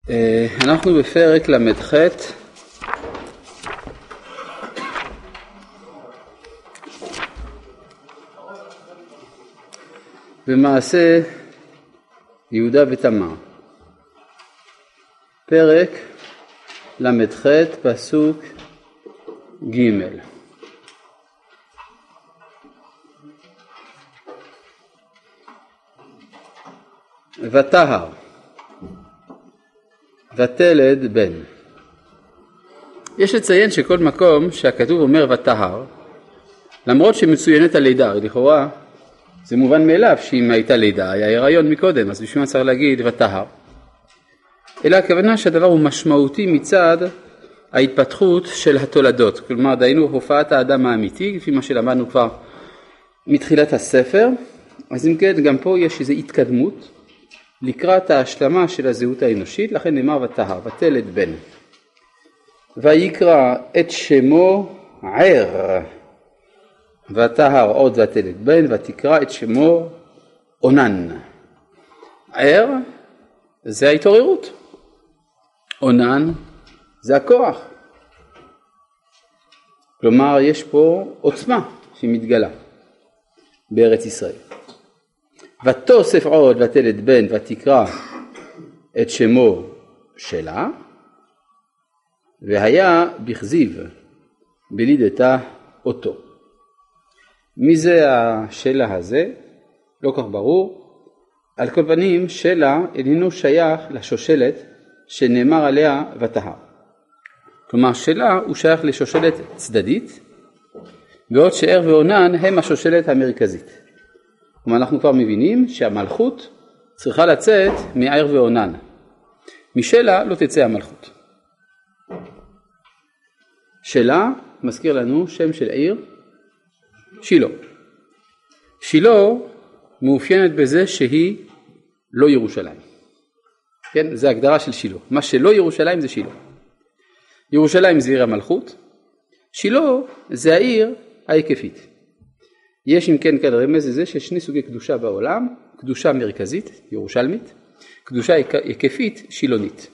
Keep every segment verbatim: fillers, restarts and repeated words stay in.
אנחנו בפרק למ"ח, במעשה יהודה ותמר. פרק למ"ח פסוק ג'. ותהר ותלד בן. יש לציין שכל מקום שהכתוב אומר ותהר, למרות שמצוינת הלידה, לכאורה זה מובן מאליו שאם הייתה לידה היה הריון מקודם, אז בשביל מה צריך להגיד ותהר? אלא הכוונה שהדבר הוא משמעותי מצד ההתפתחות של התולדות, כלומר דהיינו הופעת האדם האמיתי, לפי מה שלמדנו כבר מתחילת הספר. אז אם כן, גם פה יש איזו התקדמות לקראת ההשלמה של הזהות האנושית, לכן נאמר ותהר ותלד בן. ויקרא את שמו ער. ותהר עוד ותלד בן, ותקרא את שמו אונן. ער זה ההתעוררות, אונן זה הכוח. כלומר יש פה עוצמה שמתגלה בארץ ישראל. ותוסף עוד ותלד בן, ותקרא את שמו שלה, והיה בכזיב בלידתה אותו. מי זה השלה הזה? לא כך ברור. על כל פנים שלה איננו שייך לשושלת שנאמר עליה ותהר. כלומר שלה הוא שייך לשושלת צדדית, בעוד שער ואונן הם השושלת המרכזית. כלומר אנחנו כבר מבינים שהמלכות צריכה לצאת מער ואונן. משלה לא תצא המלכות. שלה מזכיר לנו שם של עיר שילה. שילה מאופיינת בזה שהיא לא ירושלים. כן, זה הגדרה של שילה. מה שלא ירושלים זה שילה. ירושלים זה עיר המלכות. שילה זה העיר ההיקפית. יש אם כן כאן רמז לזה שיש שני סוגי קדושה בעולם, קדושה מרכזית, ירושלמית, קדושה היקפית, שילונית.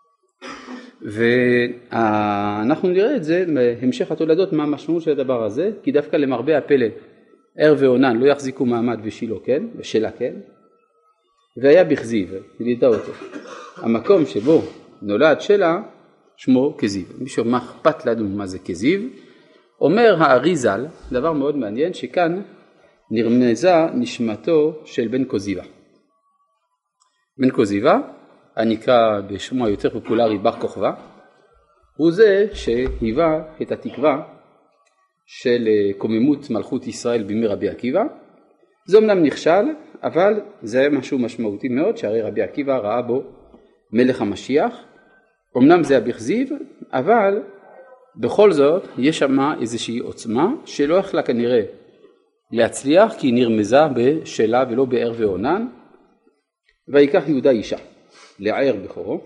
ואנחנו נראה את זה בהמשך התולדות מה המשמעות של הדבר הזה, כי דווקא למרבה הפלא ער ואונן לא יחזיקו מעמד ושילה כן, ושלה כן, והיה בכזיב, לידה אותו. המקום שבו נולד שלה שמו כזיב. מישהו מה אכפת לנו מה זה כזיב? אומר האריזל, דבר מאוד מעניין, שכאן נרמזה נשמתו של בן כוזיבה. בן כוזיבה, הנקרא בשמו היותר פופולרי בר כוכבא, הוא זה שהיווה את התקווה של קוממות מלכות ישראל בימי רבי עקיבא. זה אמנם נכשל, אבל זה משהו משמעותי מאוד, שהרי רבי עקיבא ראה בו מלך המשיח. אמנם זה הבכזיב, אבל בכל זאת יש שם איזושהי עוצמה שלא יכלה כנראה להצליח, כי היא נרמזה בשלה ולא בער ואונן. ויקח יהודה אישה לער בכורו.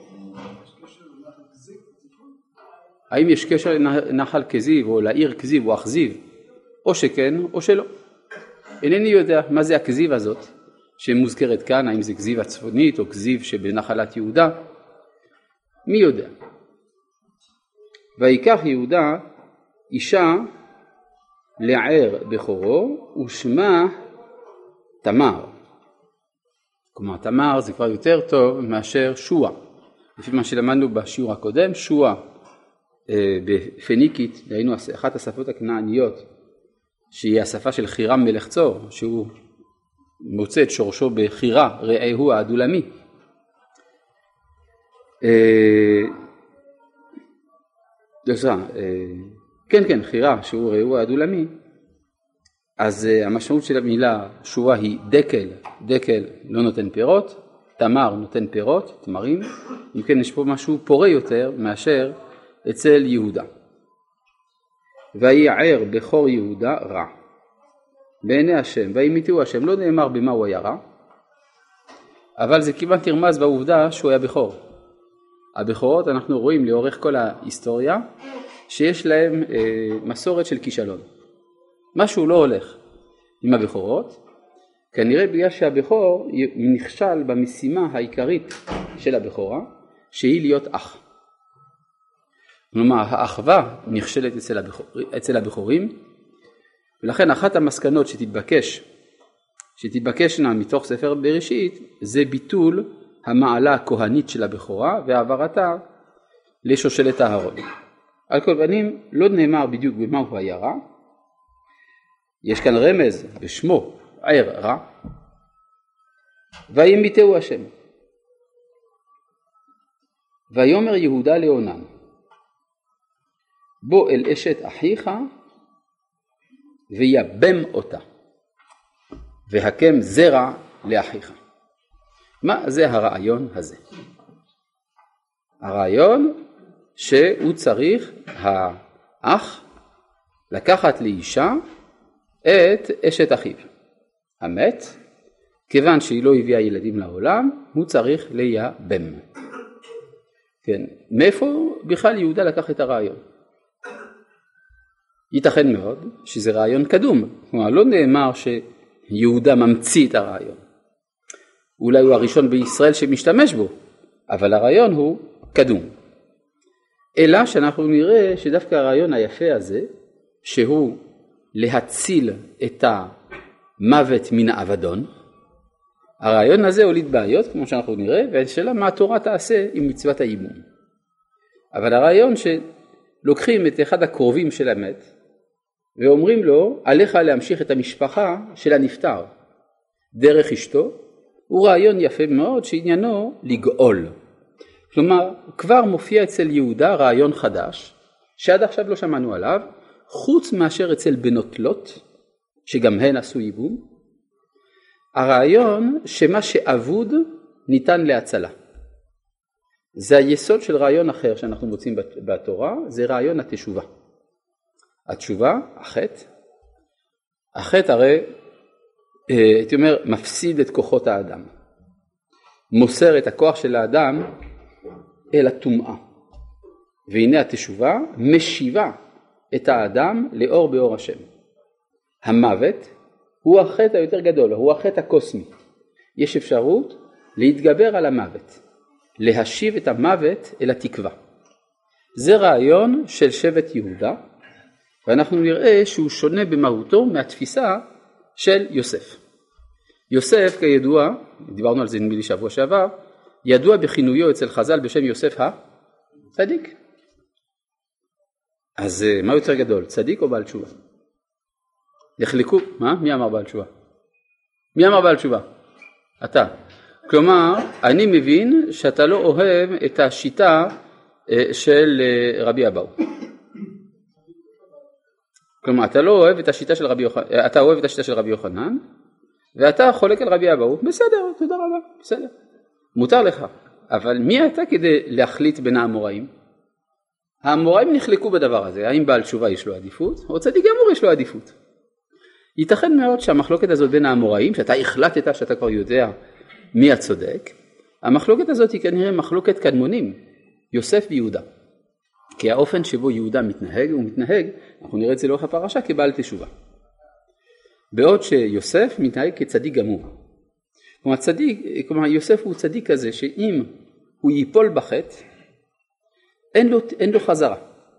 האם יש קשר לנחל כזיב או לעיר כזיב או אכזיב, או שכן או שלא. אינני יודע מה זה הכזיב הזאת שמוזכרת כאן, האם זה כזיב הצפונית או כזיב שבנחלת יהודה, מי יודע. ויקח יהודה אישה לער בכורו ושמה תמר. כלומר תמר זה כבר יותר טוב מאשר שוע. לפי מה שלמדנו בשיעור הקודם, שוע אה, בפניקית, דהיינו אחת השפות הכנעניות, שהיא השפה של חירם מלך צור, שהוא מוצא את שורשו בחירה רעהו האדולמי. אה, דושה, כן כן חירה שהוא רעהו האדולמי. אז המשמעות של המילה שורה היא דקל, דקל לא נותן פירות, תמר נותן פירות, תמרים, אם כן יש פה משהו פורה יותר מאשר אצל יהודה. ויער בכור יהודה רע בעיני השם, וימיתהו השם. לא נאמר במה הוא היה רע, אבל זה כמעט תרמז בעובדה שהוא היה בכור. הבכורות אנחנו רואים לאורך כל ההיסטוריה שיש להם אה, מסורת של כישלון. משהו לא הולך עם הבכורות, כנראה בגלל שהבכור נכשל במשימה העיקרית של הבכורה, שהיא להיות אח. כלומר, האחווה נכשלת אצל, הבחור, אצל הבחורים, ולכן אחת המסקנות שתתבקש, שתתבקשנה מתוך ספר בראשית, זה ביטול המעלה הכהנית של הבכורה והעברתה לשושלת אהרון. על כל פנים, לא נאמר בדיוק במהו היה רע, יש כאן רמז בשמו ער רע, וימיתהו השם. ויאמר יהודה לאונן, בוא אל אשת אחיך ויבם אותה, והקם זרע לאחיך. מה זה הרעיון הזה? הרעיון שהוא צריך האח לקחת לאישה את אשת אחיו המת, כיוון שהיא לא הביאה ילדים לעולם, הוא צריך לייבם. כן, מאיפה בכלל יהודה לקח את הרעיון? ייתכן מאוד שזה רעיון קדום, כלומר לא נאמר שיהודה ממציא את הרעיון. אולי הוא הראשון בישראל שמשתמש בו, אבל הרעיון הוא קדום. אלא שאנחנו נראה שדווקא הרעיון היפה הזה, שהוא להציל את המוות מן האבדון, הרעיון הזה הוליד בעיות, כמו שאנחנו נראה, והשאלה מה התורה תעשה עם מצוות הייבום. אבל הרעיון שלוקחים את אחד הקרובים של המת, ואומרים לו, עליך להמשיך את המשפחה של הנפטר, דרך אשתו, הוא רעיון יפה מאוד שעניינו לגאול. כלומר, כבר מופיע אצל יהודה רעיון חדש, שעד עכשיו לא שמענו עליו, חוץ מאשר אצל בנות לוט, שגם הן עשו ייבום, הרעיון שמה שאבוד ניתן להצלה. זה היסוד של רעיון אחר שאנחנו מוצאים בתורה, זה רעיון התשובה. התשובה, החטא, החטא הרי, הייתי אומר, מפסיד את כוחות האדם. מוסר את הכוח של האדם אל הטומאה. והנה התשובה משיבה את האדם לאור באור השם. המוות הוא החטא היותר גדול, הוא החטא הקוסמי. יש אפשרות להתגבר על המוות, להשיב את המוות אל התקווה. זה רעיון של שבט יהודה, ואנחנו נראה שהוא שונה במהותו מהתפיסה של יוסף. יוסף כידוע, דיברנו על זה נדמה לי שבוע שעבר, ידוע בכינויו אצל חז"ל בשם יוסף הצדיק. אז מה יותר גדול, צדיק או בעל תשובה? נחלקו, מה? מי אמר בעל תשובה? מי אמר בעל תשובה? אתה. כלומר, אני מבין שאתה לא אוהב את השיטה של רבי אבאו. כלומר, אתה לא אוהב את השיטה של רבי יוחנן, אתה אוהב את השיטה של רבי יוחנן, ואתה חולק על רבי אבאו, בסדר, תודה רבה, בסדר. מותר לך. אבל מי אתה כדי להחליט בין האמוראים? האמוראים נחלקו בדבר הזה, האם בעל תשובה יש לו עדיפות, או צדיק גמור יש לו עדיפות. ייתכן מאוד שהמחלוקת הזאת בין האמוראים, שאתה החלטת שאתה כבר יודע מי הצודק, המחלוקת הזאת היא כנראה מחלוקת קדמונים, יוסף ויהודה. כי האופן שבו יהודה מתנהג, הוא מתנהג, אנחנו נראה את זה לאורך הפרשה, כבעל תשובה. בעוד שיוסף מתנהג כצדיק גמור. כלומר, צדיק, כלומר יוסף הוא צדיק כזה, שאם הוא ייפול בחטא, אין לו, אין לו חזרה.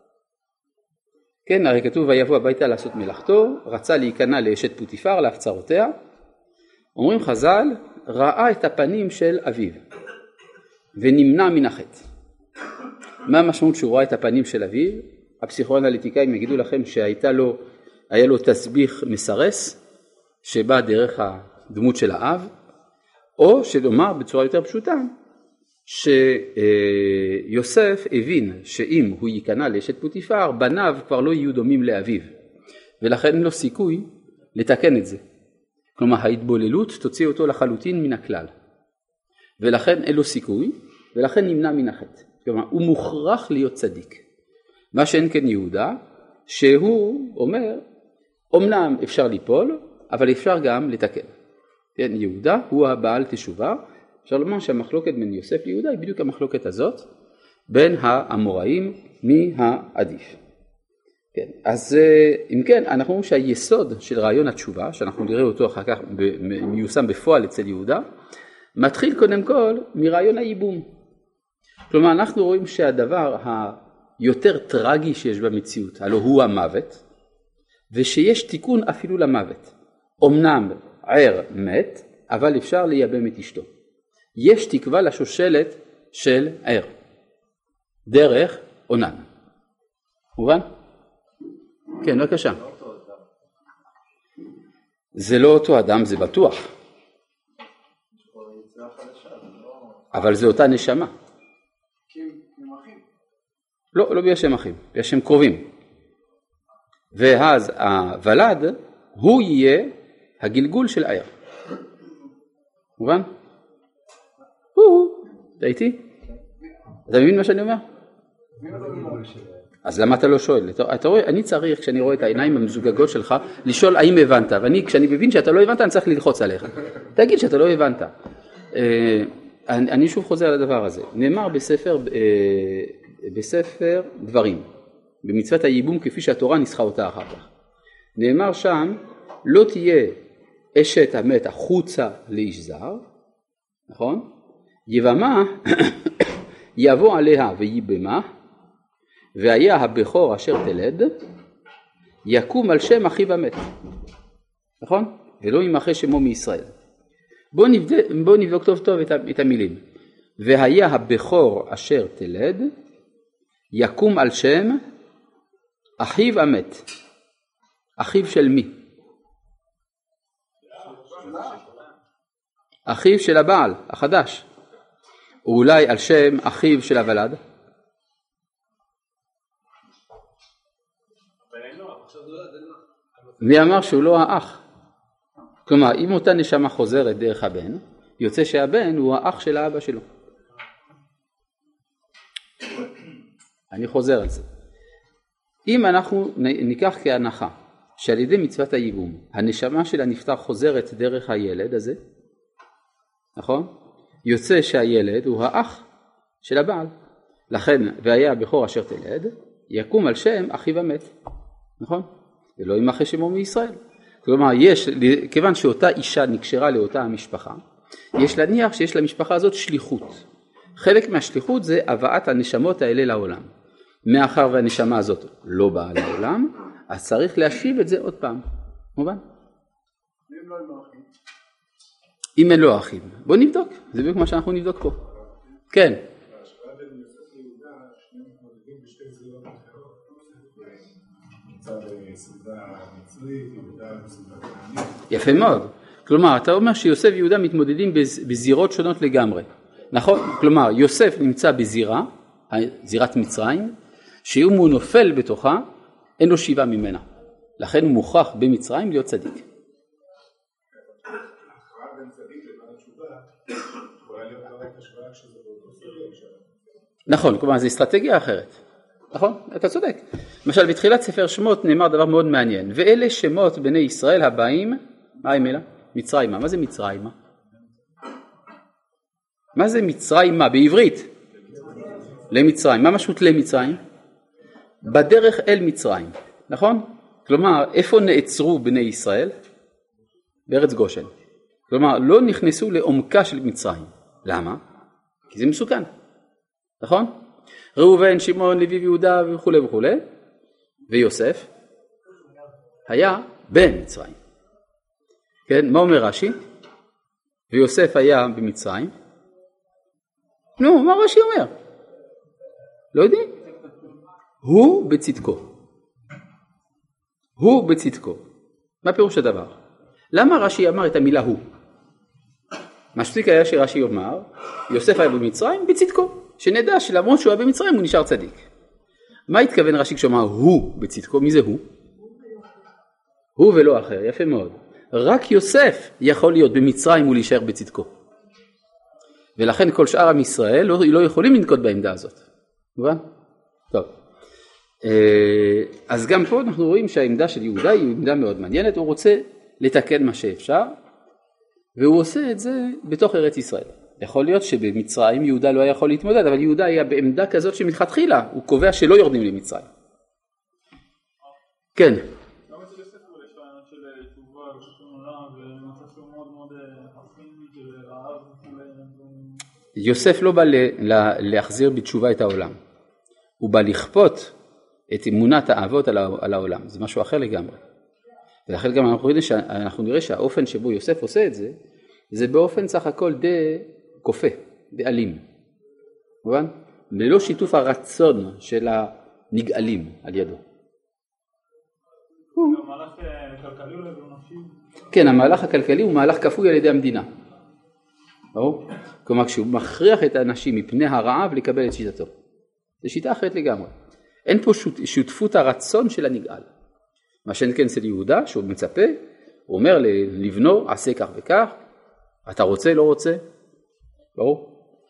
כן, הרי כתוב, ויבוא הביתה לעשות מלאכתו, רצה להיכנע לאשת פוטיפר, להפצרותיה. אומרים חז"ל, ראה את הפנים של אביו, ונמנע מן החטא. מה המשמעות שהוא ראה את הפנים של אביו? הפסיכואנליטיקאים יגידו לכם שהייתה לו, היה לו תסביך מסרס, שבא דרך הדמות של האב, או שלומר בצורה יותר פשוטה, שיוסף הבין שאם הוא ייכנע לאשת פוטיפר, בניו כבר לא יהיו דומים לאביו, ולכן אין לו סיכוי לתקן את זה. כלומר, ההתבוללות תוציא אותו לחלוטין מן הכלל, ולכן אין לו סיכוי, ולכן נמנע מן החטא. כלומר, הוא מוכרח להיות צדיק. מה שאין כן יהודה, שהוא אומר, אומנם אפשר ליפול, אבל אפשר גם לתקן. כן, יהודה הוא הבעל תשובה, אפשר לומר שהמחלוקת בין יוסף ליהודה היא בדיוק המחלוקת הזאת, בין האמוראים מהעדיף. כן, אז אם כן, אנחנו אומרים שהיסוד של רעיון התשובה, שאנחנו נראה אותו אחר כך מיושם בפועל אצל יהודה, מתחיל קודם כל מרעיון הייבום. כלומר אנחנו רואים שהדבר היותר טרגי שיש במציאות, הלא הוא המוות, ושיש תיקון אפילו למוות. אמנם ער מת, אבל אפשר לייבם את אשתו. יש תקווה לשושלת של ער, דרך אונן. מובן? כן, בבקשה. זה לא אותו אדם, זה בטוח. אבל זה אותה נשמה. לא, לא בגלל שהם אחים, בגלל שהם קרובים. ואז הוולד הוא יהיה הגלגול של ער. מובן? הוא, אתה איתי? אתה מבין מה שאני אומר? אז למה אתה לא שואל? אתה רואה, אני צריך כשאני רואה את העיניים המזוגגות שלך לשאול האם הבנת, ואני כשאני מבין שאתה לא הבנת אני צריך ללחוץ עליך. תגיד שאתה לא הבנת. אני שוב חוזר על הדבר הזה. נאמר בספר, בספר דברים, במצוות הייבום כפי שהתורה ניסחה אותה אחר כך. נאמר שם, לא תהיה אשת המת החוצה לאיש זר, נכון? יבמה יבוא עליה ויבמה, והיה הבכור אשר תלד, יקום על שם אחיו המת. נכון? ולא ימחה שמו מישראל. בואו נבדוק, בוא נבדוק טוב טוב את, את המילים. והיה הבכור אשר תלד, יקום על שם אחיו המת. אחיו של מי? אחיו של הבעל, החדש. אולי על שם אחיו של הוולד? מי אמר שהוא לא האח? כלומר, אם אותה נשמה חוזרת דרך הבן, יוצא שהבן הוא האח של האבא שלו. אני חוזר על זה. אם אנחנו ניקח כהנחה שעל ידי מצוות הייבום, הנשמה של הנפטר חוזרת דרך הילד הזה, נכון? יוצא שהילד הוא האח של הבעל. לכן, והיה הבכור אשר תלד, יקום על שם אחיו המת. נכון? ולא ימחה שמו מישראל. כלומר, יש, כיוון שאותה אישה נקשרה לאותה המשפחה, יש להניח שיש למשפחה הזאת שליחות. חלק מהשליחות זה הבאת הנשמות האלה לעולם. מאחר והנשמה הזאת לא באה לעולם, אז צריך להשיב את זה עוד פעם. מובן? אם לא הם אחים. אם אין לו אחים. בואו נבדוק. זה בדיוק מה שאנחנו נבדוק פה. כן. בהשוואה בין יוסף ליהודה, שניהם מתמודדים בשתי זירות אחרות. נמצא בסביבה מצרית, יהודה בסביבה כנענית. יפה מאוד. כלומר, אתה אומר שיוסף ויהודה מתמודדים בזירות שונות לגמרי. נכון? כלומר, יוסף נמצא בזירה, זירת מצרים, שאם הוא נופל בתוכה, אין לו שיבה ממנה. לכן הוא מוכרח במצרים להיות צדיק. ההכרעה בין צדיק לבין התשובה, יכולה להיות רק השוואה כשזה באותו סדר. נכון, כלומר, זו אסטרטגיה אחרת. נכון? אתה צודק. למשל, בתחילת ספר שמות נאמר דבר מאוד מעניין. ואלה שמות בני ישראל הבאים, מה הם אלה? מצרימה. מה זה מצרימה? מה זה מצרימה? בעברית? למצרים. מה משמעות למצרים? בדרך אל מצרים. נכון? כלומר, איפה נעצרו בני ישראל? בארץ גושן. כלומר, לא נכנסו לעומקה של מצרים. למה? כי זה מסוכן. נכון? ראובן, שמעון, לוי ויהודה וכו' וכו'. ויוסף היה בן מצרים. כן, מה אומר רש"י? ויוסף היה במצרים. נו, מה רש"י אומר? לא יודעים. הוא בצדקו. הוא בצדקו. מה פירוש הדבר? למה רש"י אמר את המילה הוא? משפיק היה שרש"י אומר, יוסף היה במצרים בצדקו. שנדע שלמרות שהוא היה במצרים הוא נשאר צדיק. מה התכוון רש"י כשאמר הוא בצדקו? מי זה הוא? הוא ולא אחר, יפה מאוד. רק יוסף יכול להיות במצרים ולהישאר בצדקו. ולכן כל שאר עם ישראל לא, לא יכולים לנקוט בעמדה הזאת. מובן? טוב. אז גם פה אנחנו רואים שהעמדה של יהודה היא עמדה מאוד מעניינת. הוא רוצה לתקן מה שאפשר, והוא עושה את זה בתוך ארץ ישראל. יכול להיות שבמצרים יהודה לא היה יכול להתמודד, אבל יהודה היה בעמדה כזאת שמתחילה, הוא קובע שלא יורדים למצרים. כן. למה זה בספר יש רעיונות של תשובה ושכון עולם ומצב שהוא מאוד מאוד אפים של רעב וכולי? יוסף לא בא להחזיר בתשובה את העולם, הוא בא לכפות את אמונת האבות על העולם, זה משהו אחר לגמרי. ולכן גם אנחנו, אנחנו נראה שהאופן שבו יוסף עושה את זה, זה באופן סך הכל די כופה, די אלים. מובן? ללא שיתוף הרצון של הנגאלים על ידו. המהלך הכלכלי הוא לבנושי? כן, המהלך הכלכלי הוא מהלך כפוי על ידי המדינה. ברור? כלומר, כשהוא מכריח את האנשים מפני הרעב לקבל את שיטתו. זו שיטה אחרת לגמרי. אין פה שותפות הרצון של הנגאל. מה שאין כן אצל יהודה, שהוא מצפה, הוא אומר לבנו, עשה כך וכך, אתה רוצה, לא רוצה, ברור?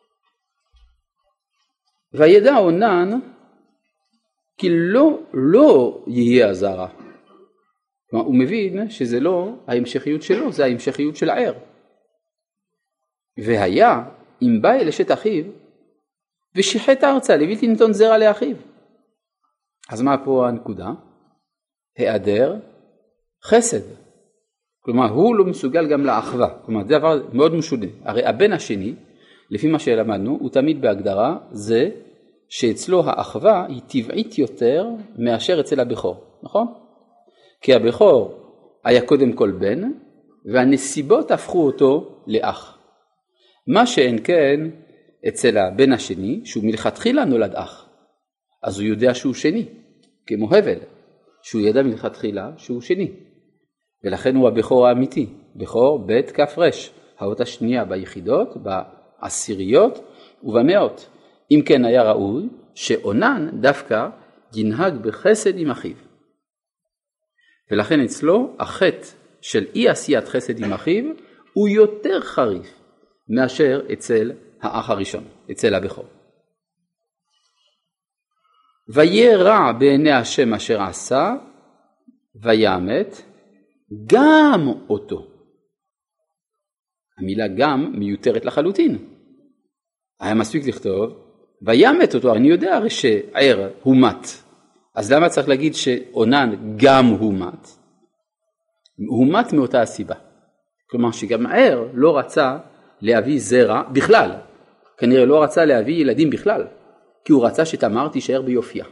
וידע אונן, כי לא, לא יהיה הזרע. כלומר, הוא מבין שזה לא ההמשכיות שלו, זה ההמשכיות של הער. והיה, אם בא אל אשת אחיו, ושיחת ארצה, לבלתי ניתון זרע לאחיו. אז מה פה הנקודה? היעדר חסד. כלומר, הוא לא מסוגל גם לאחווה. כלומר, זה דבר מאוד משונה. הרי הבן השני, לפי מה שלמדנו, הוא תמיד בהגדרה, זה שאצלו האחווה היא טבעית יותר מאשר אצל הבכור. נכון? כי הבכור היה קודם כל בן, והנסיבות הפכו אותו לאח. מה שאין כן אצל הבן השני, שהוא מלכתחילה נולד אח. אז הוא יודע שהוא שני, כמו הבל, שהוא ידע מלכתחילה שהוא שני. ולכן הוא הבכור האמיתי, בכור בית כף רש, האות השנייה ביחידות, בעשיריות ובמאות. אם כן היה ראוי שאונן דווקא ינהג בחסד עם אחיו. ולכן אצלו החטא של אי עשיית חסד עם אחיו הוא יותר חריף מאשר אצל האח הראשון, אצל הבכור. ויהיה רע בעיני השם אשר עשה, ויאמת גם אותו. המילה גם מיותרת לחלוטין. היה מספיק לכתוב, ויאמת אותו, אני יודע הרי שער הוא מת. אז למה צריך להגיד שאונן גם הוא מת? הוא מת מאותה הסיבה. כלומר שגם ער לא רצה להביא זרע בכלל. כנראה לא רצה להביא ילדים בכלל. כי הוא רצה שתמר תישאר ביופייה.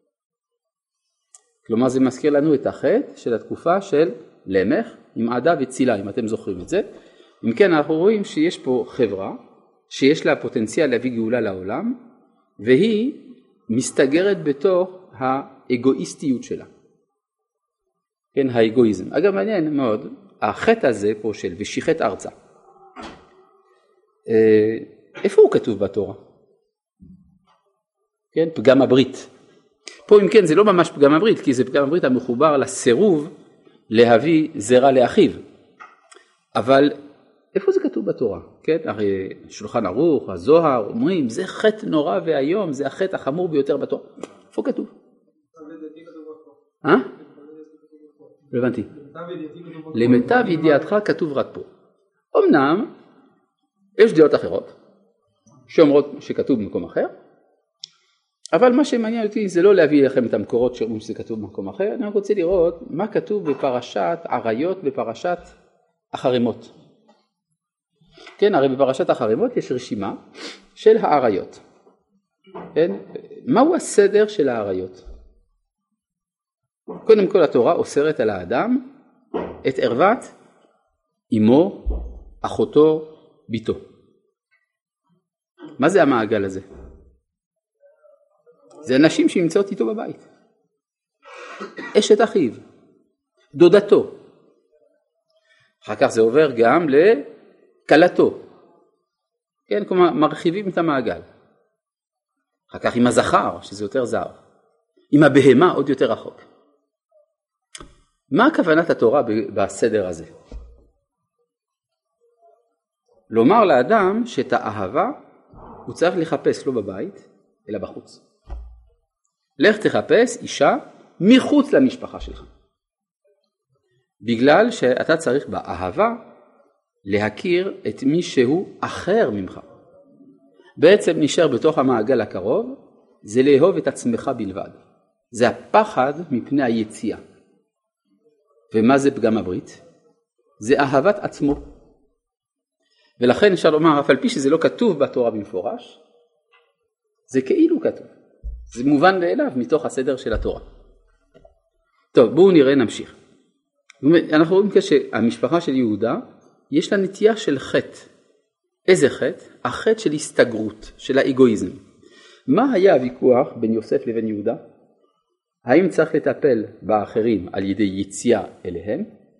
כלומר זה מזכיר לנו את החטא של התקופה של למך עם עדה וצילה, אם אתם זוכרים את זה. אם כן אנחנו רואים שיש פה חברה שיש לה פוטנציאל להביא גאולה לעולם, והיא מסתגרת בתוך האגואיסטיות שלה. כן, האגואיזם. אגב מעניין מאוד, החטא הזה פה של ושיחת ארצה. איפה הוא כתוב בתורה? כן, פגם הברית. פה אם כן זה לא ממש פגם הברית, כי זה פגם הברית המחובר לסירוב להביא זרע לאחיו. אבל איפה זה כתוב בתורה? כן, הרי שולחן ערוך, הזוהר, אומרים, זה חטא נורא והיום, זה החטא החמור ביותר בתורה. איפה כתוב? אה? לא הבנתי. למיטב ידיעתך כתוב רק פה. אמנם, יש דעות אחרות, שאומרות שכתוב במקום אחר, אבל מה שמעניין אותי זה לא להביא לכם את המקורות שאומרים שזה כתוב במקום אחר, אני רוצה לראות מה כתוב בפרשת עריות, בפרשת החרימות. כן, הרי בפרשת החרימות יש רשימה של העריות. כן? מהו הסדר של העריות? קודם כל התורה אוסרת על האדם את ערוות אמו, אחותו, ביתו. מה זה המעגל הזה? זה אנשים שנמצאות איתו בבית. אשת אחיו, דודתו. אחר כך זה עובר גם לקלתו. כן, כלומר מרחיבים את המעגל. אחר כך עם הזכר, שזה יותר זר. עם הבהמה עוד יותר רחוק. מה הכוונת התורה בסדר הזה? לומר לאדם שאת האהבה הוא צריך לחפש לא בבית, אלא בחוץ. לך תחפש אישה מחוץ למשפחה שלך. בגלל שאתה צריך באהבה להכיר את מי שהוא אחר ממך. בעצם נשאר בתוך המעגל הקרוב, זה לאהוב את עצמך בלבד. זה הפחד מפני היציאה. ומה זה פגם הברית? זה אהבת עצמו. ולכן אפשר לומר, אף על פי שזה לא כתוב בתורה במפורש, זה כאילו כתוב. זה מובן מאליו מתוך הסדר של התורה. טוב, בואו נראה, נמשיך. אנחנו רואים שהמשפחה של יהודה, יש לה נטייה של חטא. איזה חטא? החטא של הסתגרות, של האגואיזם. מה היה הוויכוח בין יוסף לבין יהודה? האם צריך לטפל באחרים על ידי יציאה אליהם?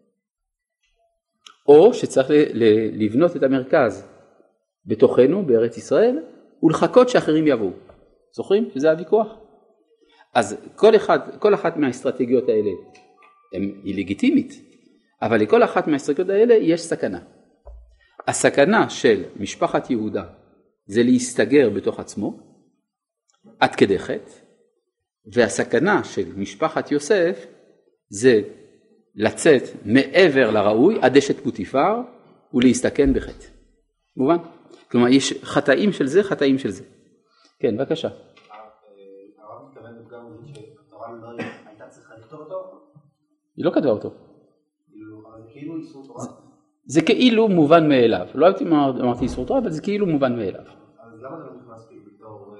או שצריך לבנות את המרכז בתוכנו, בארץ ישראל, ולחכות שאחרים יבואו. זוכרים שזה הוויכוח? אז כל, אחד, כל אחת מהאסטרטגיות האלה היא לגיטימית, אבל לכל אחת מהאסטרטגיות האלה יש סכנה. הסכנה של משפחת יהודה זה להסתגר בתוך עצמו, עד כדי חטא, והסכנה של משפחת יוסף זה לצאת מעבר לראוי עד אשת פוטיפר ולהסתכן בחטא. מובן? כלומר יש חטאים של זה, חטאים של זה. כן, בבקשה. הרב מתכוון גם שהתורה לא הייתה צריכה לכתוב אותו? היא לא כתבה אותו. אבל זה כאילו איסור תורה? זה כאילו מובן מאליו. לא הייתי אמרתי איסור תורה, אבל זה כאילו מובן מאליו. אז למה זה לא נכנס בתור...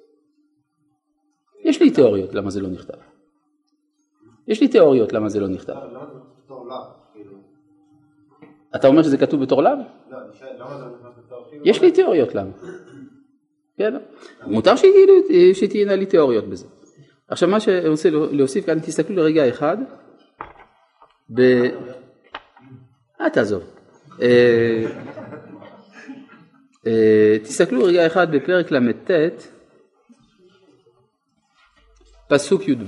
יש לי תיאוריות למה זה לא נכתב. יש לי תיאוריות למה זה לא נכתב. למה זה בתור לאו? אתה אומר שזה כתוב בתור לאו? לא, למה זה לא נכנס בתור כאילו? יש לי תיאוריות למה. כן, מותר שתהיינה לי תיאוריות בזה. עכשיו מה שאני רוצה להוסיף כאן, תסתכלו לרגע אחד, ב... אה, תעזוב. תסתכלו לרגע אחד בפרק למ"ט, פסוק י"ב.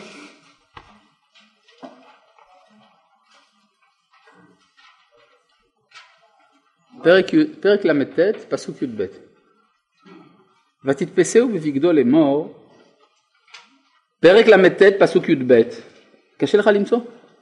פרק, פרק למ"ט, פסוק י"ב. ותתפסהו בבגדו לאמור, פרק למ"ט, פסוק י"ב. קשה לך למצוא?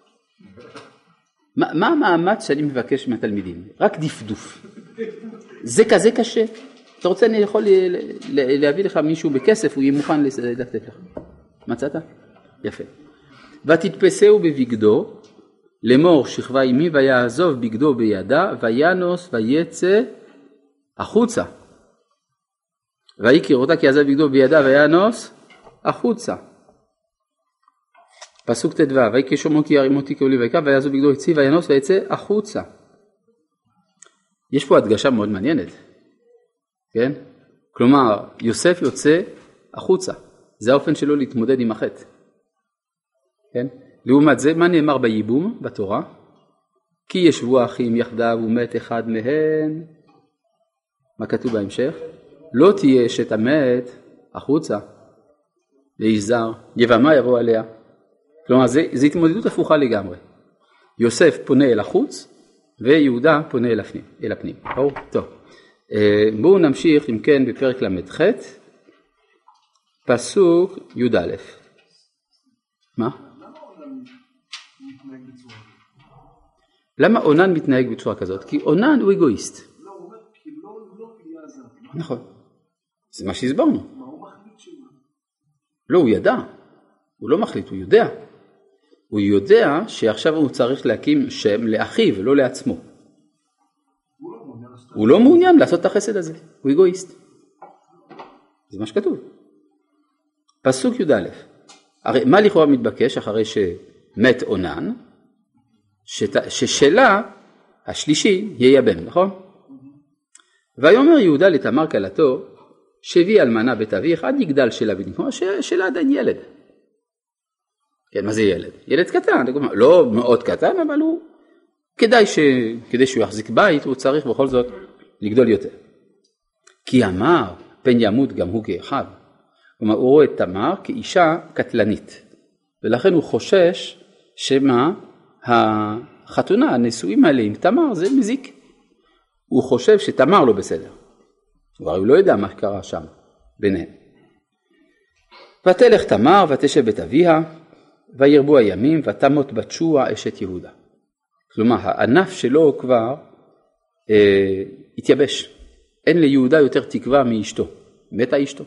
מה, מה המאמץ שאני מבקש מהתלמידים? רק דפדוף. זה כזה קשה. אתה רוצה, אני יכול להביא לך מישהו בכסף, הוא יהיה מוכן לתת לך. מצאת? יפה. ותתפסהו בבגדו, לאמור שכבה עמי ויעזוב בגדו בידה, וינוס ויצא החוצה. ויקרא אותה כי יעזב בגדו בידה וינוס החוצה. פסוק ט"ו, ויקרא שמו כי ירים אותי כאולי ויקרא, ויעזוב בגדו יצא וינוס ויצא החוצה. יש פה הדגשה מאוד מעניינת. כן? כלומר, יוסף יוצא החוצה. זה האופן שלו להתמודד עם החטא. כן? לעומת זה, מה נאמר בייבום בתורה? כי ישבו אחים יחדיו ומת אחד מהם. מה כתוב בהמשך? לא תהיה אשת המת החוצה לאיש זר, יבמה יבוא עליה. כלומר, זה, זה התמודדות הפוכה לגמרי. יוסף פונה אל החוץ, ויהודה פונה אל הפנים. אל הפנים. ברור? טוב. בואו נמשיך, אם כן, בפרק למ"ח, פסוק י"א. מה? למה אונן מתנהג בצורה כזאת? כי אונן הוא אגואיסט. לא, הוא אומר, כי לא, לא תהיה עזב. נכון. זה מה שהסברנו. מה הוא מחליט שמה? לא, הוא ידע. הוא לא מחליט, הוא יודע. הוא יודע שעכשיו הוא צריך להקים שם לאחיו, לא לעצמו. הוא לא מעוניין לעשות. הוא לא מעוניין לעשות את החסד הזה. הוא אגואיסט. זה מה שכתוב. פסוק י"א. הרי מה לכאורה מתבקש אחרי שמת אונן? ששלה השלישי ייבם, נכון? ויאמר יהודה לתמר כלתו, שבי אלמנה בית אביך עד יגדל שלה בנקמה, שלה עדיין ילד. כן, מה זה ילד? ילד קטן, לא מאוד קטן, אבל הוא, כדאי ש, כדי שהוא יחזיק בית, הוא צריך בכל זאת לגדול יותר. כי אמר, פן ימות גם הוא כאחד. כלומר, הוא רואה את תמר כאישה קטלנית, ולכן הוא חושש שמה החתונה, הנישואים האלה עם תמר, זה מזיק. הוא חושב שתמר לא בסדר. הוא לא יודע מה קרה שם ביניהם. ותלך תמר ותשב בית אביה, וירבו הימים, ותמות בת שוע אשת יהודה. כלומר, הענף שלו כבר אה, התייבש. אין ליהודה יותר תקווה מאשתו. מתה אשתו.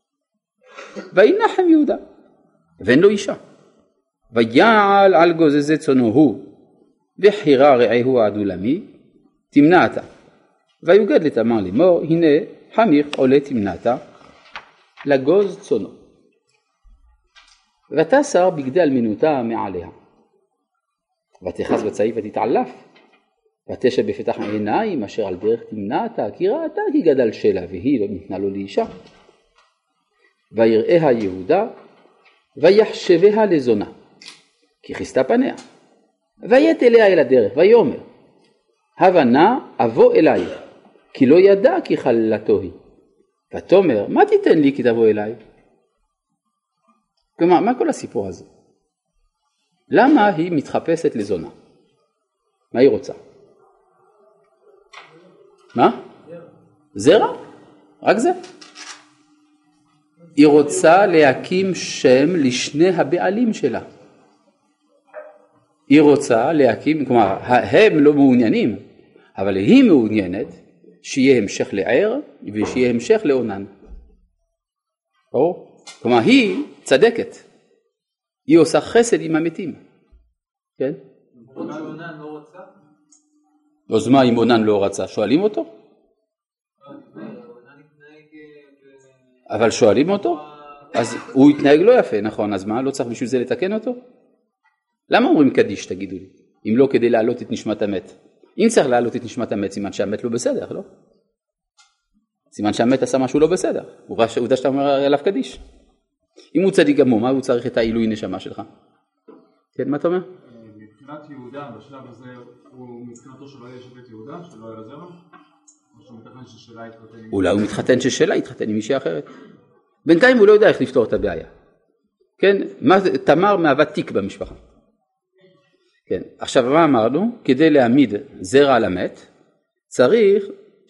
וינחם יהודה, ואין לו אישה. ויעל על גוזזי צונו הוא, וחירה רעהו עד עולמי, תמנע אתה. ויוגד לתמר לאמור, הנה חמיך עולה תמנתה לגוז צונו. ותסר בגדי אלמנותה מעליה. ותכס בצעיף ותתעלף. ותשב בפתח העיניים אשר על דרך תמנתה, כי ראתה כי גדל שלה והיא לא ניתנה לו לאישה. ויראיה יהודה ויחשביה לזונה, כי כיסתה פניה. ויית אליה אל הדרך ויאמר, הבה נא אבוא אלייך, כי לא ידע כי חללתו היא. ותאמר, מה תיתן לי כי תבוא אליי? כלומר, מה כל הסיפור הזה? למה היא מתחפשת לזונה? מה היא רוצה? מה? זרע? רק זה. היא רוצה להקים שם לשני הבעלים שלה. היא רוצה להקים, כלומר, הם לא מעוניינים, אבל היא מעוניינת שיהיה המשך לער ושיהיה המשך לאונן. או? כלומר, היא צדקת. היא עושה חסד עם המתים. כן? אונן לא רוצה? אז מה אם אונן לא רצה? שואלים אותו? אבל שואלים אותו? אז הוא התנהג לא יפה, נכון? אז מה? לא צריך בשביל זה לתקן אותו? למה אומרים קדיש, תגידו לי? אם לא כדי להעלות את נשמת המת. אם צריך להעלות את נשמת המת, סימן שהמת לא בסדר, לא? סימן שהמת עשה משהו לא בסדר. הוא יודע שאתה אומר עליו קדיש. אם הוא צדיק גמור, מה הוא צריך את העילוי נשמה שלך? כן, מה אתה אומר? מבחינת יהודה, בשלב הזה, הוא מבחינתו שלא יהיה שבט יהודה, שלא יהיה לזרע? או שהוא מתכנן ששאלה יתחתן עם... אולי הוא מתחתן ששאלה יתחתן עם מישהי אחרת. בינתיים הוא לא יודע איך לפתור את הבעיה. כן, תמר מהווה תיק במשפחה. כן, עכשיו מה אמרנו? כדי להעמיד זרע על המת, צריך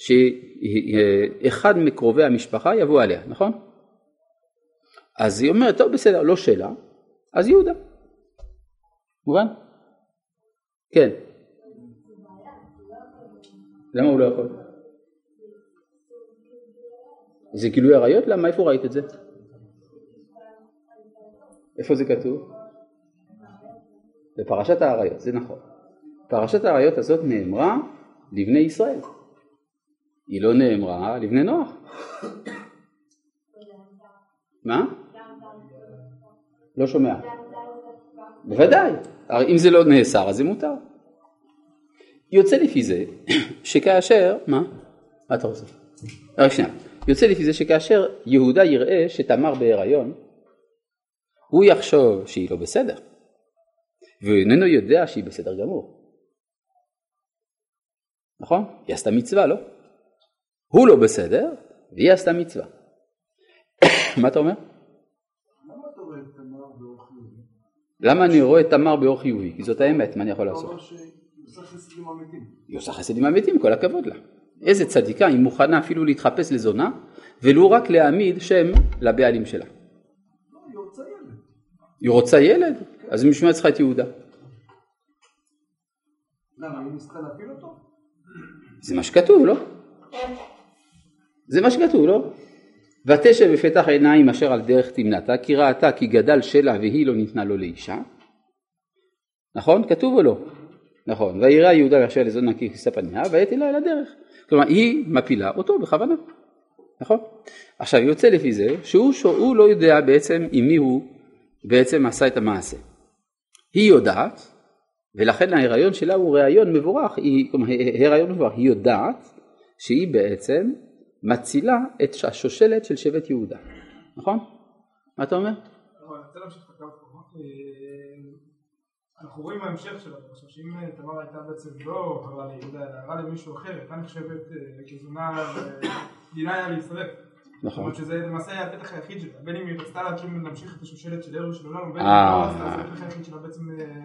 שאחד מקרובי המשפחה יבוא עליה, נכון? אז היא אומרת, טוב בסדר, לא שאלה, אז יהודה. מובן? כן. למה הוא לא יכול? זה גילוי עריות? למה? איפה ראית את זה? איפה זה כתוב? בפרשת העריות, זה נכון. פרשת העריות הזאת נאמרה לבני ישראל. היא לא נאמרה לבני נוח. מה? לא שומע. בוודאי. אם זה לא נאסר, אז זה מותר. יוצא לפי זה שכאשר, מה? מה אתה רוצה? רק שנייה. יוצא לפי זה שכאשר יהודה יראה שתמר בהיריון, הוא יחשוב שהיא לא בסדר. ואיננו יודע שהיא בסדר גמור. נכון? היא עשתה מצווה, לא? הוא לא בסדר, והיא עשתה מצווה. מה אתה אומר? למה אתה רואה את תמר באור חיובי? למה אני רואה את תמר באור חיובי? כי זאת האמת, מה אני יכול לעשות? אתה אומר שהיא עושה חסד עם המתים. היא עושה חסד עם המתים, כל הכבוד לה. איזה צדיקה, היא מוכנה אפילו להתחפש לזונה, ולא רק להעמיד שם לבעלים שלה. לא, היא רוצה ילד. היא רוצה ילד? אז היא משמעת צריכה את יהודה. למה, היא צריכה להפיל אותו? זה מה שכתוב, לא? זה מה שכתוב, לא? ותשב בפתח עיניים אשר על דרך תמנתה, כי ראתה כי גדל שלה והיא לא ניתנה לו לאישה. נכון? כתוב או לא? נכון. ויראה יהודה ואשר לזונה כי כיסתה פניה, ויית אליה אל הדרך. כלומר, היא מפילה אותו בכוונה. נכון? עכשיו, יוצא לפי זה שהוא שהוא לא יודע בעצם עם מי הוא בעצם עשה את המעשה. היא יודעת, ולכן ההיריון שלה הוא ראיון מבורך, היא, כלומר, הריון מבורך, היא יודעת שהיא בעצם מצילה את השושלת של שבט יהודה. נכון? מה אתה אומר? אני רוצה להמשיך את הקו פה. אנחנו רואים ההמשך שלנו, עכשיו שאם תמר הייתה בעצם לא הרע ליהודה, אלא הרע למישהו אחר, הייתה נחשבת כזונה ודינה היה להצטרף. נכון. זאת אומרת שזה למעשה היה הפתח היחיד שלה, בין אם היא רצתה להמשיך את השושלת של ערש של עולם, ובין אם היא לא רצתה, זה הפתח היחיד שלה בעצם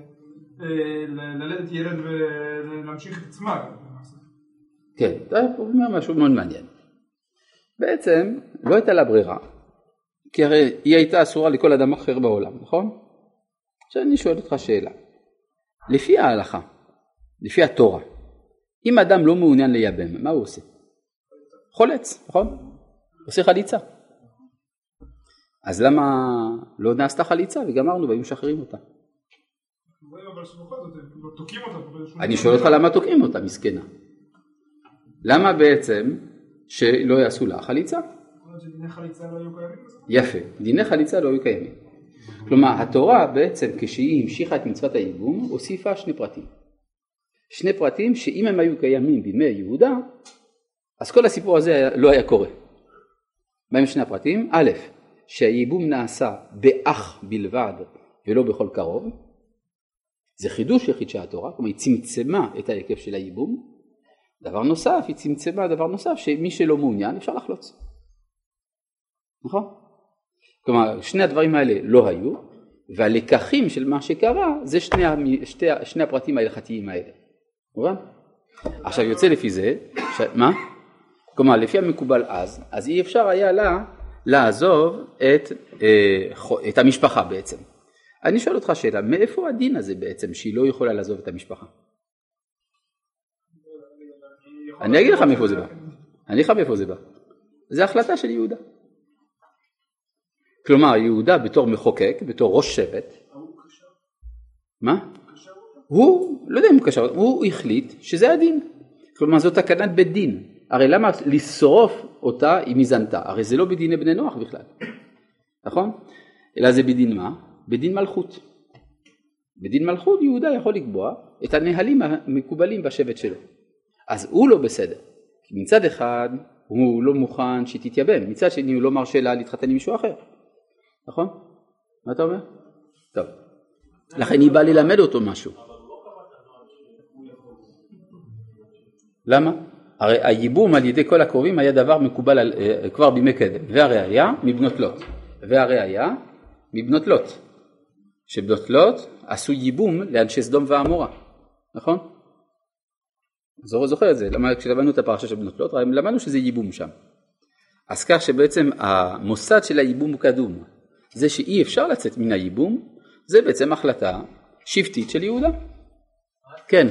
ללדת ילד ולהמשיך את עצמה. כן, זה אומר משהו מאוד מעניין. בעצם לא הייתה לה ברירה, כי הרי היא הייתה אסורה לכל אדם אחר בעולם, נכון? עכשיו אני שואל אותך שאלה. לפי ההלכה, לפי התורה, אם אדם לא מעוניין לייבם, מה הוא עושה? חולץ, נכון? עושה חליצה. אז למה לא נעשתה חליצה וגמרנו והיו משחררים אותה? אבל שבכל זאת, תוקעים אותה. אני שואל אותך למה תוקעים אותה, מסכנה. למה בעצם שלא יעשו לה חליצה? יכול להיות שדיני חליצה לא היו קיימים? יפה, דיני חליצה לא היו קיימים. כלומר, התורה בעצם כשהיא המשיכה את מצוות הייבום, הוסיפה שני פרטים. שני פרטים שאם הם היו קיימים בימי יהודה, אז כל הסיפור הזה לא היה קורה. מהם שני הפרטים? א', שהייבום נעשה באח בלבד ולא בכל קרוב. זה חידוש יחיד של התורה, כלומר היא צמצמה את ההיקף של הייבום. דבר נוסף, היא צמצמה דבר נוסף, שמי שלא מעוניין אפשר לחלוץ. נכון? כלומר, שני הדברים האלה לא היו, והלקחים של מה שקרה, זה שני, שתי, שני הפרטים ההלכתיים האלה. מובן? עכשיו יוצא לפי זה, ש... מה? כלומר, לפי המקובל אז, אז אי אפשר היה לה לעזוב את, אה, את המשפחה בעצם. אני שואל אותך שאלה, מאיפה הדין הזה בעצם, שהיא לא יכולה לעזוב את המשפחה? אני אגיד לך מאיפה זה בא. אני אגיד לך מאיפה זה בא. זה החלטה של יהודה. כלומר, יהודה בתור מחוקק, בתור ראש שבט. מה? הוא, לא יודע אם הוא קשר, הוא החליט שזה הדין. כלומר, זאת תקנת בית דין. הרי למה לשרוף אותה אם היא זנתה? הרי זה לא בדיני בני נוח בכלל. נכון? אלא זה בדין מה? בדין מלכות. בדין מלכות יהודה יכול לקבוע את הנהלים המקובלים בשבט שלו. אז הוא לא בסדר. כי מצד אחד הוא לא מוכן שתתייבם. מצד שני הוא לא מרשה לה להתחתן עם מישהו אחר. נכון? מה אתה אומר? טוב. לכן היא באה ללמד אותו משהו. למה? הרי הייבום על ידי כל הקרובים היה דבר מקובל על, כבר בימי קדם. והראיה מבנות לוט. והראיה מבנות לוט. שבנות לוט עשו ייבום לאנשי סדום ועמורה. נכון? זוכר, זוכר את זה. למה, כשלמדנו את הפרשה של בנות לוט, למדנו שזה ייבום שם. אז כך שבעצם המוסד של הייבום הוא קדום. זה שאי אפשר לצאת מן הייבום, זה בעצם החלטה שבטית של יהודה. כן.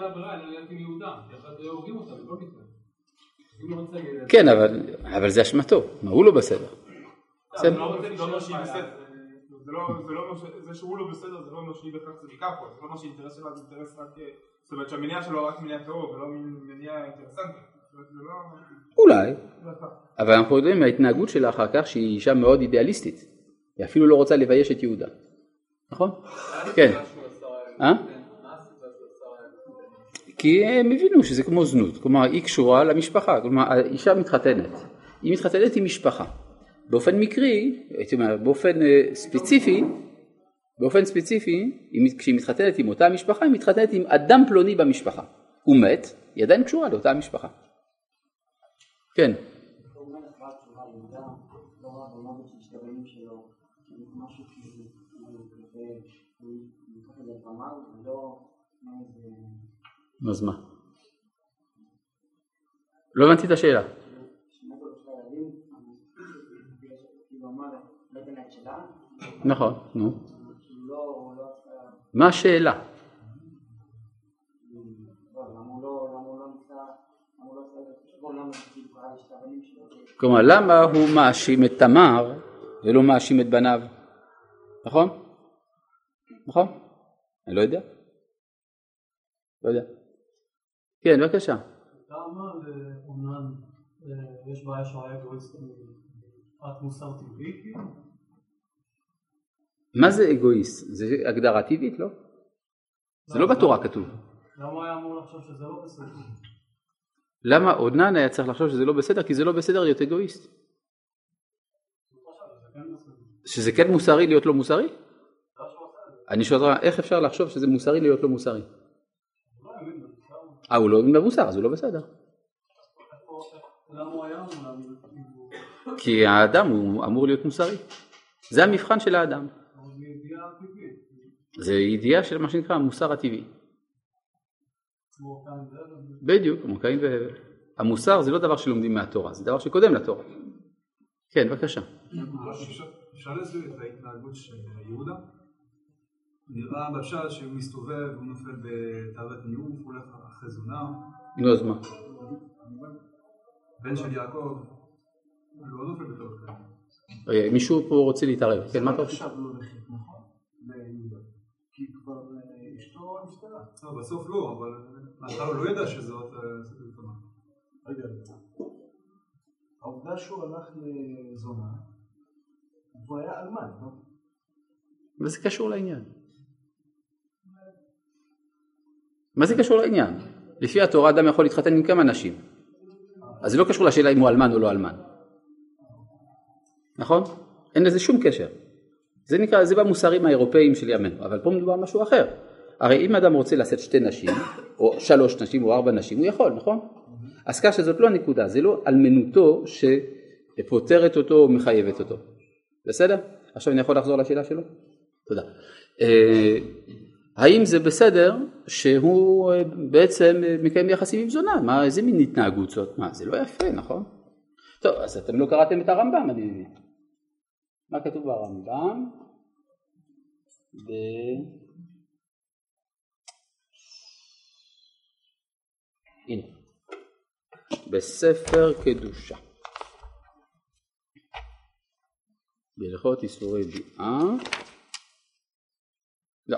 כן, אבל זה אשמתו. מה, הוא לא בסדר. זה שהוא לא בסדר, זה לא אומר שהיא בכך צדיקה פה. זה לא אומר שהאינטרס שלה זה אינטרס רק... זאת אומרת שהמניע שלו רק מניע טרור, ולא מניע אינטרסנטי. אולי. אבל אנחנו יודעים מההתנהגות שלה אחר כך שהיא אישה מאוד אידיאליסטית. היא אפילו לא רוצה לבייש את יהודה. נכון? כן. אה? כי הם הבינו שזה כמו זנות. כלומר, היא קשורה למשפחה. כלומר, האישה מתחתנת. היא מתחתנת עם משפחה. באופן מקרי, הייתי אומר, באופן ספציפי, באופן ספציפי, כשהיא מתחתנת עם אותה משפחה, היא מתחתנת עם אדם פלוני במשפחה. הוא מת, היא עדיין קשורה לאותה משפחה. כן. אז מה? לא הבנתי את השאלה. נכון, נו. מה השאלה? כלומר, למה הוא מאשים את תמר ולא מאשים את בניו? נכון? נכון? אני לא יודע. לא יודע. כן, בבקשה. אתה אמר לאומנן, יש בעיה שהיה אגואיסט, את מוסר טבעי כאילו? מה זה אגואיסט? זה הגדרה טבעית, לא? זה לא בתורה כתוב. למה היה אמור לחשוב שזה לא בסדר? למה אונן היה צריך לחשוב שזה לא בסדר? כי זה לא בסדר להיות אגואיסט. שזה כן מוסרי להיות לא מוסרי? אני שואל אותך, איך אפשר לחשוב שזה מוסרי להיות לא מוסרי? אה, הוא לא מבין במוסר, אז הוא לא בסדר. למה הוא היה? כי האדם הוא אמור להיות מוסרי. זה המבחן של האדם. זה ידיעה של מה שנקרא המוסר הטבעי. בדיוק, כמו קין והבל. המוסר זה לא דבר שלומדים מהתורה, זה דבר שקודם לתורה. כן, בבקשה. אפשר להסביר את ההתנהגות של יהודה? נראה בפשט שהוא מסתובב, הוא נופל בתאוות ניאוף, הוא הולך אחרי זונה. נו, אז מה? בן של יעקב, הוא לא נופל בתאוות כאלה. מישהו פה רוצה להתערב, כן, מה אתה רוצה? עכשיו לא נכנס, נכון, ליהודה. כי כבר אשתו נפטרה. בסוף לא, אבל אתה לא ידע שזאת סיפור תמה. רגע, העובדה שהוא הלך לזונה, הוא היה אלמן, לא? וזה קשור לעניין. מה זה קשור לעניין? לפי התורה אדם יכול להתחתן עם כמה נשים. אז זה לא קשור לשאלה אם הוא אלמן או לא אלמן. נכון? אין לזה שום קשר. זה נקרא, זה במוסרים האירופאים של ימינו, אבל פה מדובר משהו אחר. הרי אם אדם רוצה לשאת שתי נשים, או שלוש נשים או ארבע נשים, הוא יכול, נכון? אז כך שזאת לא הנקודה, זה לא אלמנותו שפותרת אותו או מחייבת אותו. בסדר? עכשיו אני יכול לחזור לשאלה שלו? תודה. האם זה בסדר שהוא בעצם מקיים יחסים עם זונה? מה, איזה מין התנהגות זאת? מה, זה לא יפה, נכון? טוב, אז אתם לא קראתם את הרמב"ם, אני מבין. מה כתוב ברמב"ם? ב... הנה. בספר קדושה. בהלכות איסורי ביאה. לא.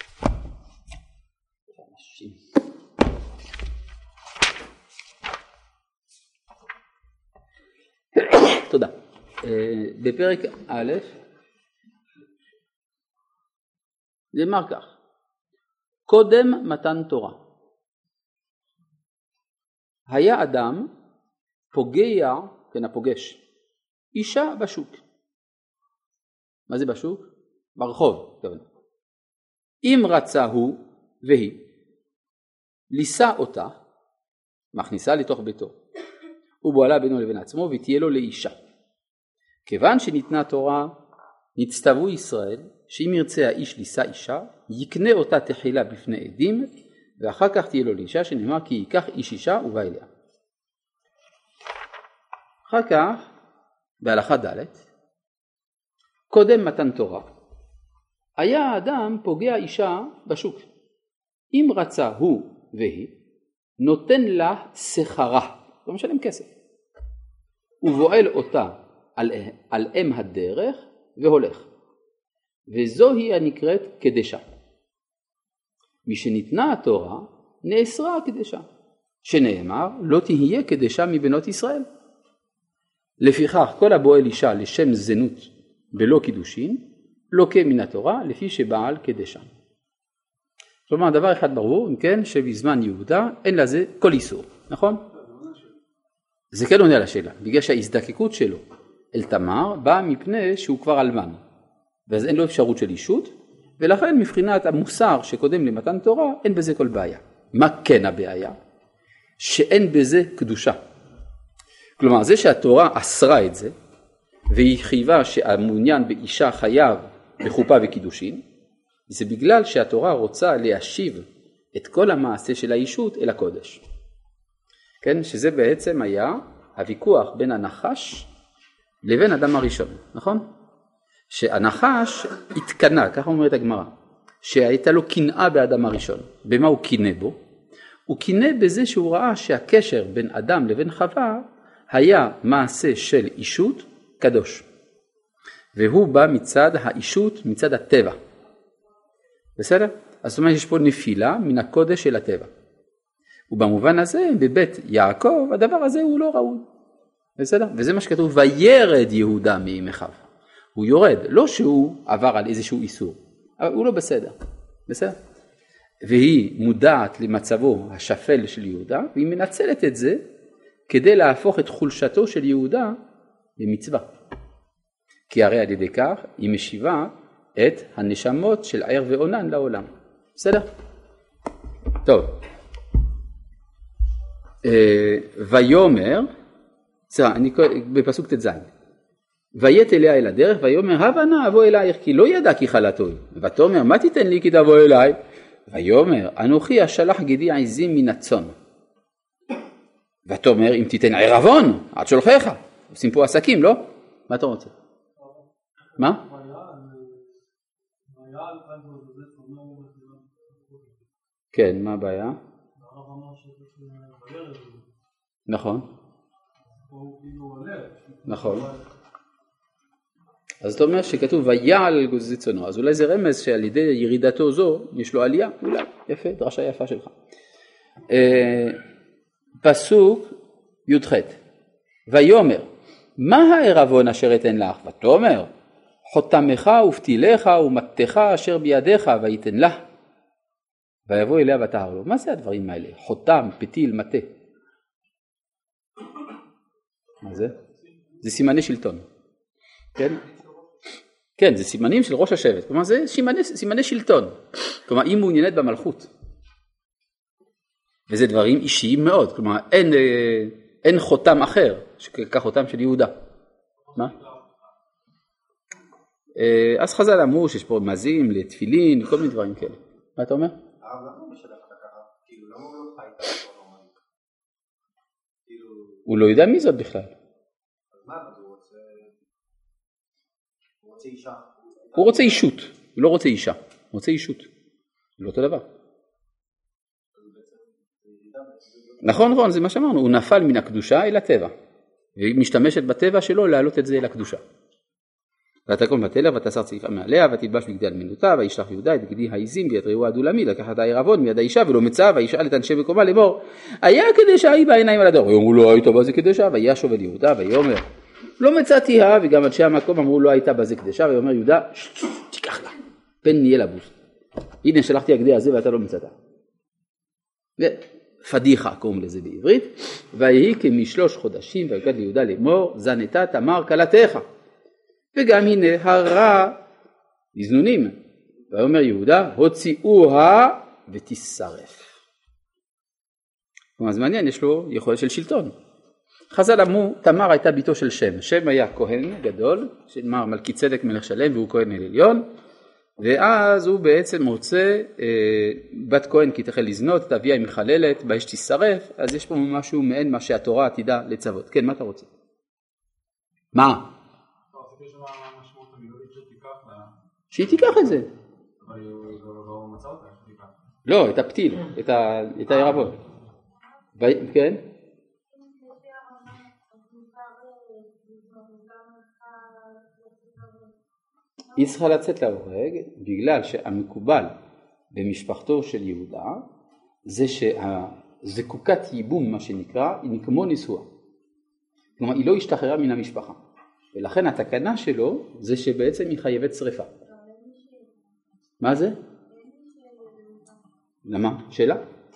תודה. בפרק א' נאמר כך: קודם מתן תורה היה אדם פוגע, כן, הפוגש אישה בשוק. מה זה בשוק? ברחוב. אם רצה הוא והיא לישא אותה, מכניסה לתוך ביתו ובועלה בינו לבין עצמו ותהיה לו לאישה. כיוון שניתנה תורה, נצטוו ישראל שאם ירצה האיש לישא אישה, יקנה אותה תחילה בפני עדים, ואחר כך תהיה לו לאישה, שנאמר כי ייקח איש אישה ובא אליה. אחר כך, בהלכה ד', קודם מתן תורה, היה האדם פוגע אישה בשוק. אם רצה הוא והיא, נותן לה שכרה, לא משלם כסף, ובועל אותה על, על אם הדרך והולך. וזוהי הנקראת קדשה. משניתנה התורה נאסרה הקדשה, שנאמר לא תהיה קדשה מבנות ישראל. לפיכך כל הבועל אישה לשם זנות בלא קידושין לוקה מן התורה לפי שבעל קדשה. כלומר דבר אחד ברור, אם כן, שבזמן יהודה אין לזה כל איסור, נכון? זה כן עונה על השאלה, בגלל שההזדקקות שלו אל תמר באה מפני שהוא כבר אלמן, ואז אין לו אפשרות של אישות, ולכן מבחינת המוסר שקודם למתן תורה אין בזה כל בעיה. מה כן הבעיה? שאין בזה קדושה. כלומר זה שהתורה אסרה את זה, והיא חייבה שהמעוניין באישה חייב בחופה וקידושין, זה בגלל שהתורה רוצה להשיב את כל המעשה של האישות אל הקודש. כן, שזה בעצם היה הוויכוח בין הנחש לבין אדם הראשון, נכון? שהנחש התקנה, ככה אומרת הגמרא, שהייתה לו קנאה באדם הראשון. במה הוא קינא בו? הוא קינא בזה שהוא ראה שהקשר בין אדם לבין חווה היה מעשה של אישות קדוש. והוא בא מצד האישות, מצד הטבע. בסדר? אז זאת אומרת יש פה נפילה מן הקודש של הטבע. ובמובן הזה בבית יעקב הדבר הזה הוא לא ראוי. בסדר? וזה מה שכתוב, וירד יהודה מימיכיו. הוא יורד, לא שהוא עבר על איזשהו איסור, אבל הוא לא בסדר. בסדר? והיא מודעת למצבו השפל של יהודה, והיא מנצלת את זה כדי להפוך את חולשתו של יהודה למצווה. כי הרי על ידי כך היא משיבה את הנשמות של ער ועונן לעולם. בסדר? טוב. ויומר, סליחה, אני בפסוק תז. ויית אליה אל הדרך, ויאמר הבה נא אבוא אלייך, כי לא ידע כי חלתוי. ותאמר מה תיתן לי כי תבוא אליי? ויאמר אנוכי אשלח גידי עזים מן הצאן. ותאמר אם תיתן ערבון עד שולחיך. עושים פה עסקים, לא? מה אתה רוצה? מה? כן, מה הבעיה? נכון. נכון. אז אתה אומר שכתוב ויעל על גוזי צאנו, אז אולי זה רמז שעל ידי ירידתו זו יש לו עלייה, אולי, יפה, דרשה יפה שלך. פסוק י"ח ויאמר מה הערבון אשר אתן לך? ותאמר חותמך ופתילך ומטתך אשר בידיך ויתן לה. ויבוא אליה ותהר לו. מה זה הדברים האלה? חותם, פתיל, מטה. מה זה? זה סימני שלטון. כן? כן, זה סימנים של ראש השבט. כלומר, זה סימני, סימני שלטון. כלומר, היא מעוניינת במלכות. וזה דברים אישיים מאוד. כלומר, אין, אין חותם אחר, כחותם של יהודה. מה? אז חז"ל אמרו שיש פה מזים לתפילין, כל מיני דברים כאלה. מה אתה אומר? הרב, למה הוא משלח את ככה? כאילו, למה הוא לא חי את הכל נורמלי? כאילו... הוא לא יודע מי זאת בכלל. אז מה, אז הוא רוצה... הוא רוצה אישה. הוא רוצה אישות, הוא לא רוצה אישה, הוא רוצה אישות. זה לא אותו דבר. נכון, נכון, זה מה שאמרנו, הוא נפל מן הקדושה אל הטבע. והיא משתמשת בטבע שלו להעלות את זה אל הקדושה. ותקום ותלך ותסר צעיפה מעליה ותלבש בגדי אלמנותה וישלח יהודה את בגדי העיזים ביד רעהו הדולמי לקח את העירבון מיד האישה ולא מצא וישאל את אנשי מקומה לאמור היה קדשה היא בעיניים על הדור ויאמרו לו הייתה בזה קדשה וישוב אל יהודה ויאמר לא מצאתיה וגם אנשי המקום אמרו לא הייתה בזה קדשה ויאמר יהודה תיקח לה פן נהיה לבוס הנה שלחתי הגדי הזה ואתה לא מצאת. פדיחה קוראים לזה בעברית ויהי כמשלוש חודשים ויקד ליהודה לאמור זנתה תמר כלתך וגם הנה הרע לזנונים. ואומר יהודה, הוציאוה ותשרף. כלומר, זה מעניין, יש לו יכולת של שלטון. חז"ל אמרו, תמר הייתה ביתו של שם. שם היה כהן גדול, שמר מלכי צדק מלך שלם, והוא כהן אל עליון. ואז הוא בעצם רוצה, אה, בת כהן כי תחל לזנות, תביאה עם מחללת, באש תשרף. אז יש פה משהו מעין מה שהתורה עתידה לצוות. כן, מה אתה רוצה? מה? שהיא תיקח את זה. אבל היא לא מצא אותה, שתיקח. לא, את הפתיל, את העירבון. כן? היא צריכה לצאת להורג בגלל שהמקובל במשפחתו של יהודה זה שהזקוקת ייבום, מה שנקרא, היא כמו נישואין. כלומר, היא לא השתחררה מן המשפחה. ולכן התקנה שלו זה שבעצם היא חייבת שריפה. מה זה? למה? שאלה?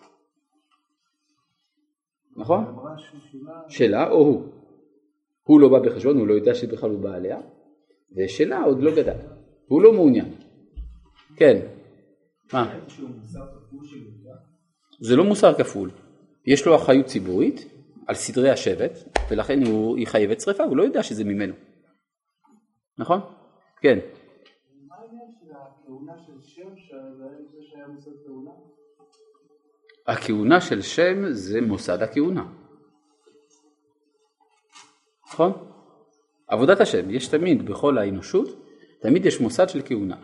נכון? שאלה או הוא? הוא לא בא בחשבון, הוא לא יודע שבכלל הוא בא עליה, ושאלה עוד לא גדל. הוא לא מעוניין. כן. מה? זה לא מוסר כפול. יש לו אחריות ציבורית על סדרי השבט, ולכן הוא, היא חייבת שריפה, הוא לא יודע שזה ממנו. נכון? כן. מה העניין של הכהונה של שם שזה שהיה מוסד כהונה? הכהונה של שם זה מוסד הכהונה. נכון? עבודת השם, יש תמיד בכל האנושות, תמיד יש מוסד של כהונה.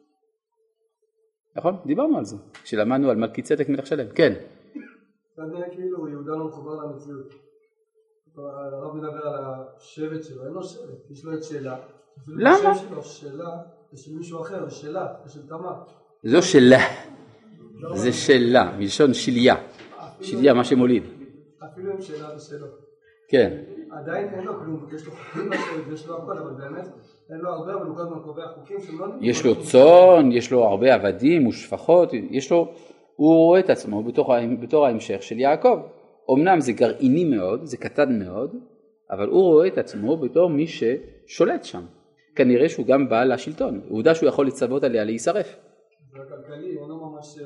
נכון? דיברנו על זה, כשלמדנו על מלכי צדק מלך שלם. כן. זה נראה כאילו יהודה לא מחובר למציאות. הרב מדבר על השבט שלו, אין לו שבט, יש לו את שאלה. למה? השם שלו, שאלה, זה של מישהו אחר, זה שאלה, זה של תמר. זו שאלה. זה שאלה, מלשון שליה. שליה, מה שמוליד. אפילו עם שאלה זה שלו. כן. עדיין אין לו כלום, יש לו חוקים משהו, יש לו הכל, אבל באמת אין לו הרבה, אבל הוא כל הזמן קובע חוקים שלא... יש לו צאן, יש לו הרבה עבדים ושפחות, יש לו... הוא רואה את עצמו בתור, בתור ההמשך של יעקב. אמנם זה גרעיני מאוד, זה קטן מאוד, אבל הוא רואה את עצמו בתור מי ששולט שם. כנראה שהוא גם בעל השלטון. הוא יודע שהוא יכול לצוות עליה להישרף. זה הכלכלי, הוא לא ממש...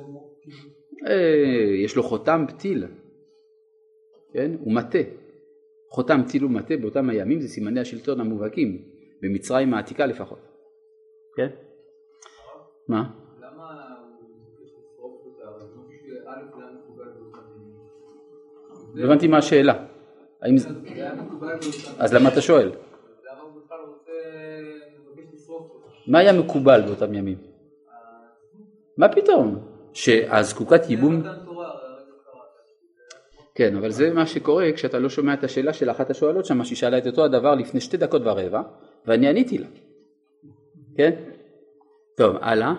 יש לו חותם פתיל. כן? הוא מטה. חותם פתיל ומטה באותם הימים זה סימני השלטון המובהקים. במצרים העתיקה לפחות. כן? מה? לא הבנתי מה השאלה. אז למה אתה שואל? מה היה מקובל באותם ימים? מה פתאום? שהזקוקת ייבום... כן, אבל זה מה שקורה כשאתה לא שומע את השאלה של אחת השואלות שם, שהיא שאלה את אותו הדבר לפני שתי דקות ורבע, ואני עניתי לה. כן? טוב, הלאה.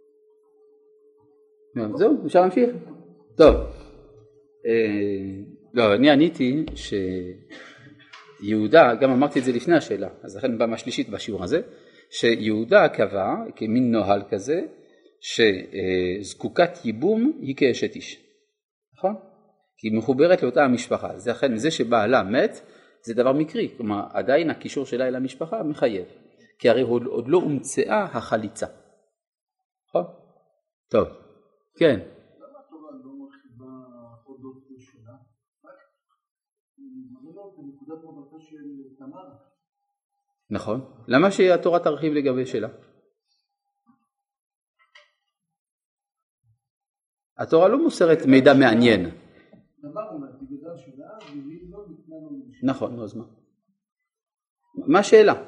זהו, אפשר להמשיך? טוב. לא, אני עניתי שיהודה, גם אמרתי את זה לפני השאלה, אז לכן פעם השלישית בשיעור הזה, שיהודה קבע כמין נוהל כזה, שזקוקת ייבום היא כאשת איש, נכון? כי היא מחוברת לאותה המשפחה, זה לכן זה שבעלה מת, זה דבר מקרי, כלומר עדיין הקישור שלה אל המשפחה מחייב, כי הרי עוד, עוד לא הומצאה החליצה, נכון? טוב, כן. למה התורה לא מרחיבה אודות שלה? רק מרחיבה בנקודת מבטה של תמר. נכון, למה שהתורה תרחיב לגבי שלה? התורה לא מוסרת מידע מעניין. דבר אומר, תגדל שלה, והיא לא ניתנה לו משהו. נכון, אז מה? מה השאלה?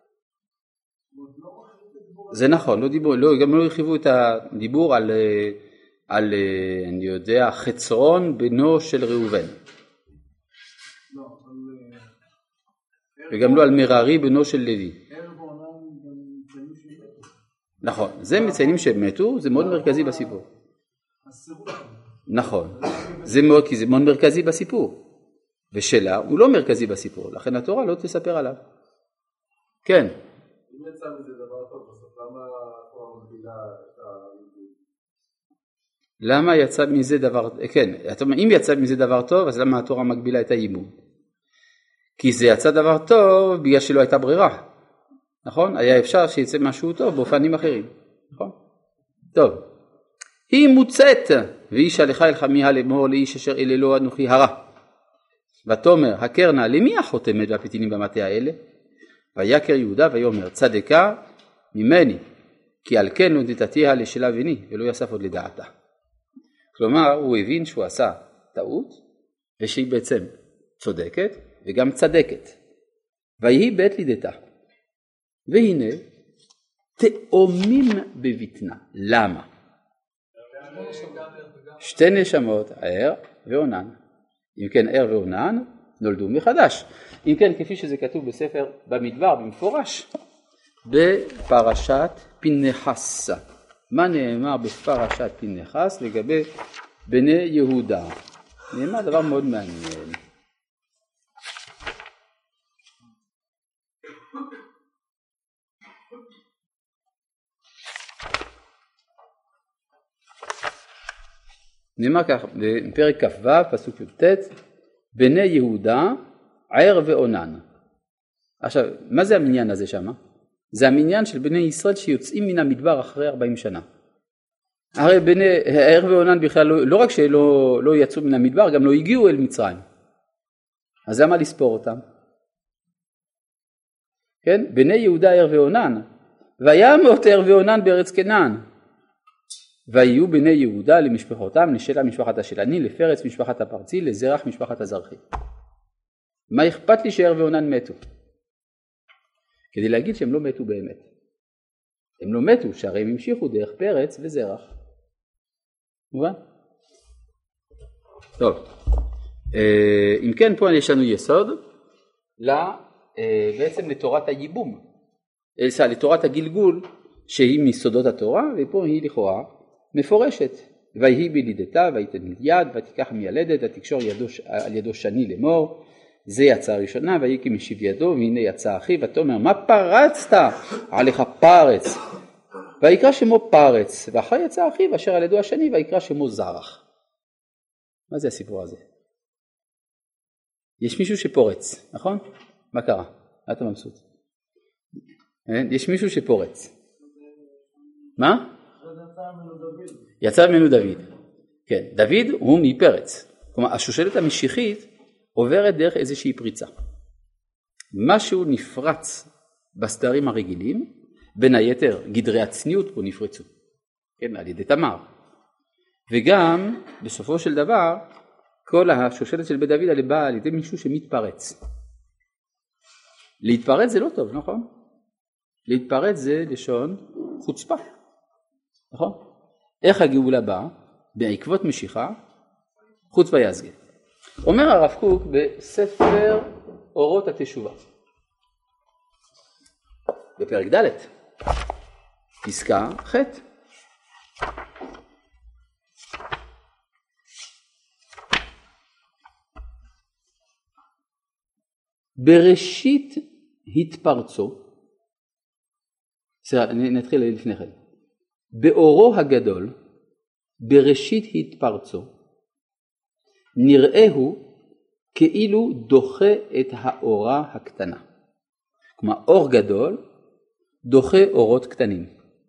זה נכון, לא דיבור, לא, גם לא הרחיבו את הדיבור על, על, אני יודע, חצרון בנו של ראובן. לא, אבל... וגם לא על מררי בנו של לוי. ערב העולם גם מציינים שמתו. נכון, זה מציינים שמתו, זה מאוד מרכזי בסיפור. הסירוב. נכון, זה מאוד, כי זה מאוד מרכזי בסיפור. ושלה הוא לא מרכזי בסיפור, לכן התורה לא תספר עליו. כן. אם יצא מזה דבר טוב, בסוף למה התורה מגבילה את היבום? למה יצא מזה דבר, כן, אם יצא מזה דבר טוב, אז למה התורה מגבילה את היבום? כי זה יצא דבר טוב בגלל שלא הייתה ברירה, נכון? היה אפשר שיצא משהו טוב באופנים אחרים, נכון? טוב, היא מוצאת, והיא שלחה אל חמיה לאמור לאיש אשר אללו אנוכי הרע. ותאמר הקרנה למי החותמת והפתינים במטה האלה? ויקר יהודה ויאמר צדקה ממני, כי על כן לא נתתיה לשלה בני ולא יסף עוד לדעתה. כלומר הוא הבין שהוא עשה טעות ושהיא בעצם צודקת וגם צדקת. ויהי בית לידתה, והנה תאומים בבטנה. למה? שתי נשמות, ער ואונן. אם כן ער ואונן נולדו מחדש. אם כן כפי שזה כתוב בספר במדבר במפורש בפרשת פנחס. מה נאמר בפרשת פנחס לגבי בני יהודה? נאמר דבר מאוד מעניין. נאמר כך בפרק כ"ו פסוק י"ט, בני יהודה ער ואונן. עכשיו מה זה המניין הזה שמה? זה המניין של בני ישראל שיוצאים מן המדבר אחרי ארבעים שנה. הרי בני ער ואונן בכלל לא, לא רק שלא לא יצאו מן המדבר, גם לא הגיעו אל מצרים. אז למה לספור אותם? כן? בני יהודה ער ואונן, וימות ער ואונן בארץ כנען. ויהיו בני יהודה למשפחותם, לשלה משפחת השלני, לפרץ משפחת הפרצי, לזרח משפחת הזרחי. מה אכפת לי שער ואונן מתו? כדי להגיד שהם לא מתו באמת. הם לא מתו, שהרי הם המשיכו דרך פרץ וזרח. מובן? טוב. אם כן, פה יש לנו יסוד, בעצם לתורת הייבום. לתורת הגלגול, שהיא מסודות התורה, ופה היא לכאורה מפורשת. ויהי בלידתה, ויתן יד, ותיקח מילדת, ותקשור ידו, על ידו שני לאמור, זה יצא ראשונה, ויהי כמשיב ידו, והנה יצא אחיו, ותאמר, מה פרצת עליך פרץ? ויקרא שמו פרץ, ואחר יצא אחיו, אשר על ידו השני, ויקרא שמו זרח. מה זה הסיפור הזה? יש מישהו שפורץ, נכון? מה קרה? מה אתה מבסוט? יש מישהו שפורץ. מה? יצא ממנו דוד. כן, דוד הוא מפרץ. כלומר, השושלת המשיחית עוברת דרך איזושהי פריצה. משהו נפרץ בסדרים הרגילים, בין היתר גדרי הצניעות פה נפרצו. כן, על ידי תמר. וגם, בסופו של דבר, כל השושלת של בית דוד עלי באה על ידי מישהו שמתפרץ. להתפרץ זה לא טוב, נכון? להתפרץ זה לשון חוצפה. נכון? איך הגאולה באה? בעקבות משיכה, חוץ ויסגה. אומר הרב קוק בספר אורות התשובה. בפרק ד' פסקה ח'. בראשית התפרצו, סליחה, נתחיל לפני כן, באורו הגדול, בראשית התפרצו, נראהו כאילו דוחה את האורה הקטנה. כלומר, אור גדול דוחה אורות קטנים.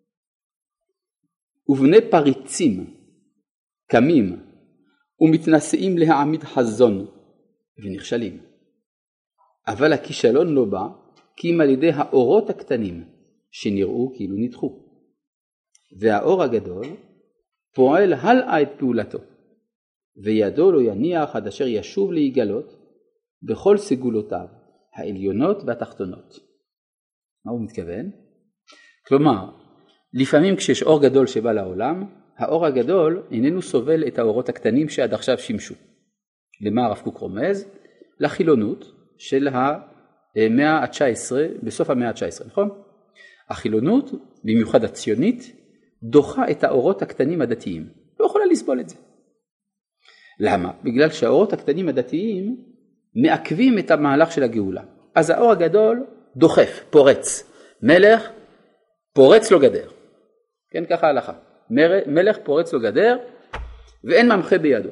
ובני פריצים קמים ומתנשאים להעמיד חזון ונכשלים. אבל הכישלון לא בא כי אם על ידי האורות הקטנים שנראו כאילו נדחו. והאור הגדול פועל הלאה את פעולתו, וידו לא יניח עד אשר ישוב להיגלות בכל סגולותיו העליונות והתחתונות. מה הוא מתכוון? כלומר, לפעמים כשיש אור גדול שבא לעולם, האור הגדול איננו סובל את האורות הקטנים שעד עכשיו שימשו. למה הרב קוק רומז? לחילונות של המאה ה-תשע עשרה, בסוף המאה ה-תשע עשרה, נכון? החילונות, במיוחד הציונית, דוחה את האורות הקטנים הדתיים. לא יכולה לסבול את זה. למה? בגלל שהאורות הקטנים הדתיים מעכבים את המהלך של הגאולה. אז האור הגדול דוחף, פורץ. מלך פורץ לו גדר. כן, ככה הלכה. מלך פורץ לו גדר ואין ממחה בידו.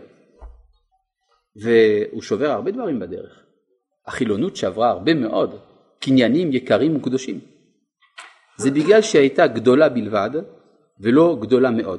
והוא שובר הרבה דברים בדרך. החילונות שעברה הרבה מאוד, קניינים יקרים וקדושים. זה בגלל שהייתה גדולה בלבד ולא גדולה מאוד.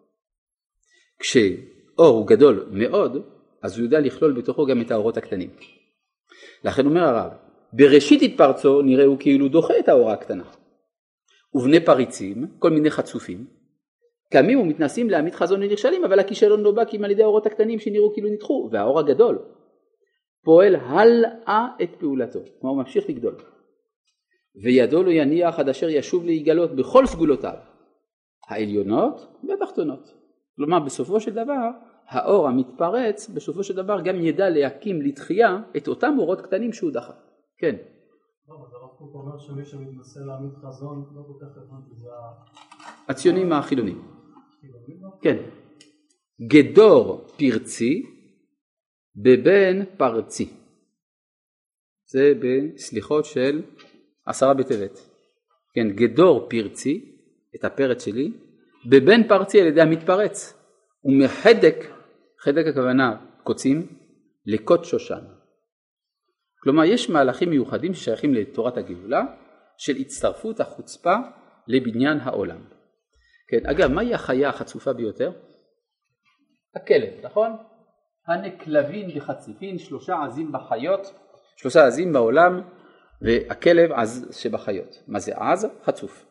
כשאור הוא גדול מאוד, אז הוא יודע לכלול בתוכו גם את האורות הקטנים. לכן אומר הרב, בראשית התפרצו נראהו כאילו דוחה את האורה הקטנה. ובני פריצים, כל מיני חצופים, קמים ומתנסים להעמיד חזון ונכשלים, אבל הכישלון לא בא כי אם על ידי האורות הקטנים שנראו כאילו נדחו, והאור הגדול פועל הלאה את פעולתו, כלומר הוא ממשיך לגדול. וידו לא יניח עד אשר ישוב להיגלות בכל סגולותיו, העליונות והתחתונות. כלומר בסופו של דבר, האור המתפרץ בסופו של דבר גם ידע להקים לתחייה את אותם אורות קטנים שהוא דחה. כן. לא, אבל הרב קוק אומר שמי שמתנסה להעמיד חזון לא כל כך הבנתי, זה הציונים החילונים. כן. גדור פרצי בבן פרצי. זה בסליחות של עשרה בטבת. כן, גדור פרצי, את הפרץ שלי, בבן פרצי על ידי המתפרץ. ומחדק, חדק הכוונה קוצים, לקוט שושן. כלומר, יש מהלכים מיוחדים ששייכים לתורת הגאולה, של הצטרפות החוצפה לבניין העולם. כן, אגב, מהי החיה החצופה ביותר? הכלב, נכון? הנקלבין בחציפין, שלושה עזים בחיות, שלושה עזים בעולם, והכלב עז שבחיות. מה זה עז? חצוף.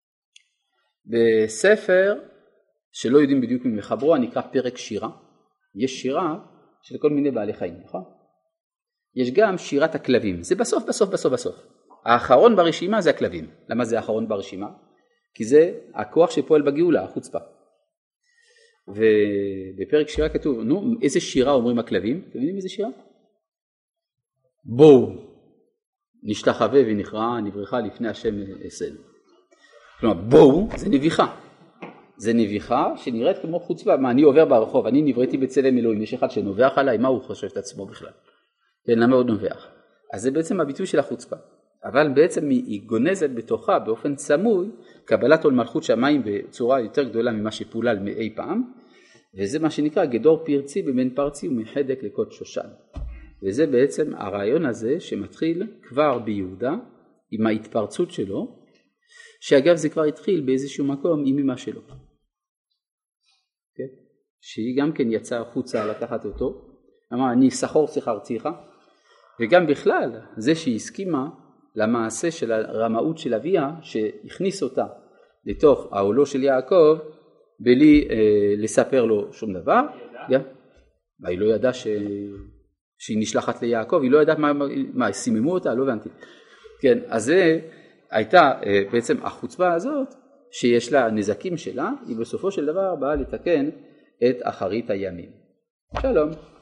בספר שלא יודעים בדיוק ממחברו, נקרא פרק שירה. יש שירה של כל מיני בעלי חיים, נכון? יש גם שירת הכלבים. זה בסוף, בסוף, בסוף, בסוף. האחרון ברשימה זה הכלבים. למה זה האחרון ברשימה? כי זה הכוח שפועל בגאולה, החוצפה. ובפרק שירה כתוב, נו, איזה שירה אומרים הכלבים? אתם יודעים איזה שירה? בואו, נשתחווה ונכרע, נברכה לפני השם אסנו. כלומר, בואו, זה נביחה. זה נביחה שנראית כמו חוצפה. מה, אני עובר ברחוב, אני נבראתי בצלם אלוהים, יש אחד שנובח עליי, מה הוא חושב את עצמו בכלל? כן, למה עוד נובח? אז זה בעצם הביטוי של החוצפה. אבל בעצם היא גונזת בתוכה באופן סמוי קבלת עול מלכות שמיים בצורה יותר גדולה ממה שפולל מאי פעם, וזה מה שנקרא גדור פרצי בבן פרצי ומחדק לקוט שושן. וזה בעצם הרעיון הזה שמתחיל כבר ביהודה עם ההתפרצות שלו, שאגב זה כבר התחיל באיזשהו מקום עם אמא שלו. Okay? שהיא גם כן יצאה חוצה לקחת אותו, אמרה אני סחור שכרתיך, וגם בכלל זה שהיא הסכימה למעשה של הרמאות של אביה שהכניס אותה לתוך העולו של יעקב בלי אה, לספר לו שום דבר. היא, yeah. היא לא ידעה ש... שהיא נשלחת ליעקב, היא לא ידעת מה, מה סיממו אותה, לא הבנתי. כן, אז זה הייתה אה, בעצם החוצפה הזאת שיש לה נזקים שלה, היא בסופו של דבר באה לתקן את אחרית הימים. שלום.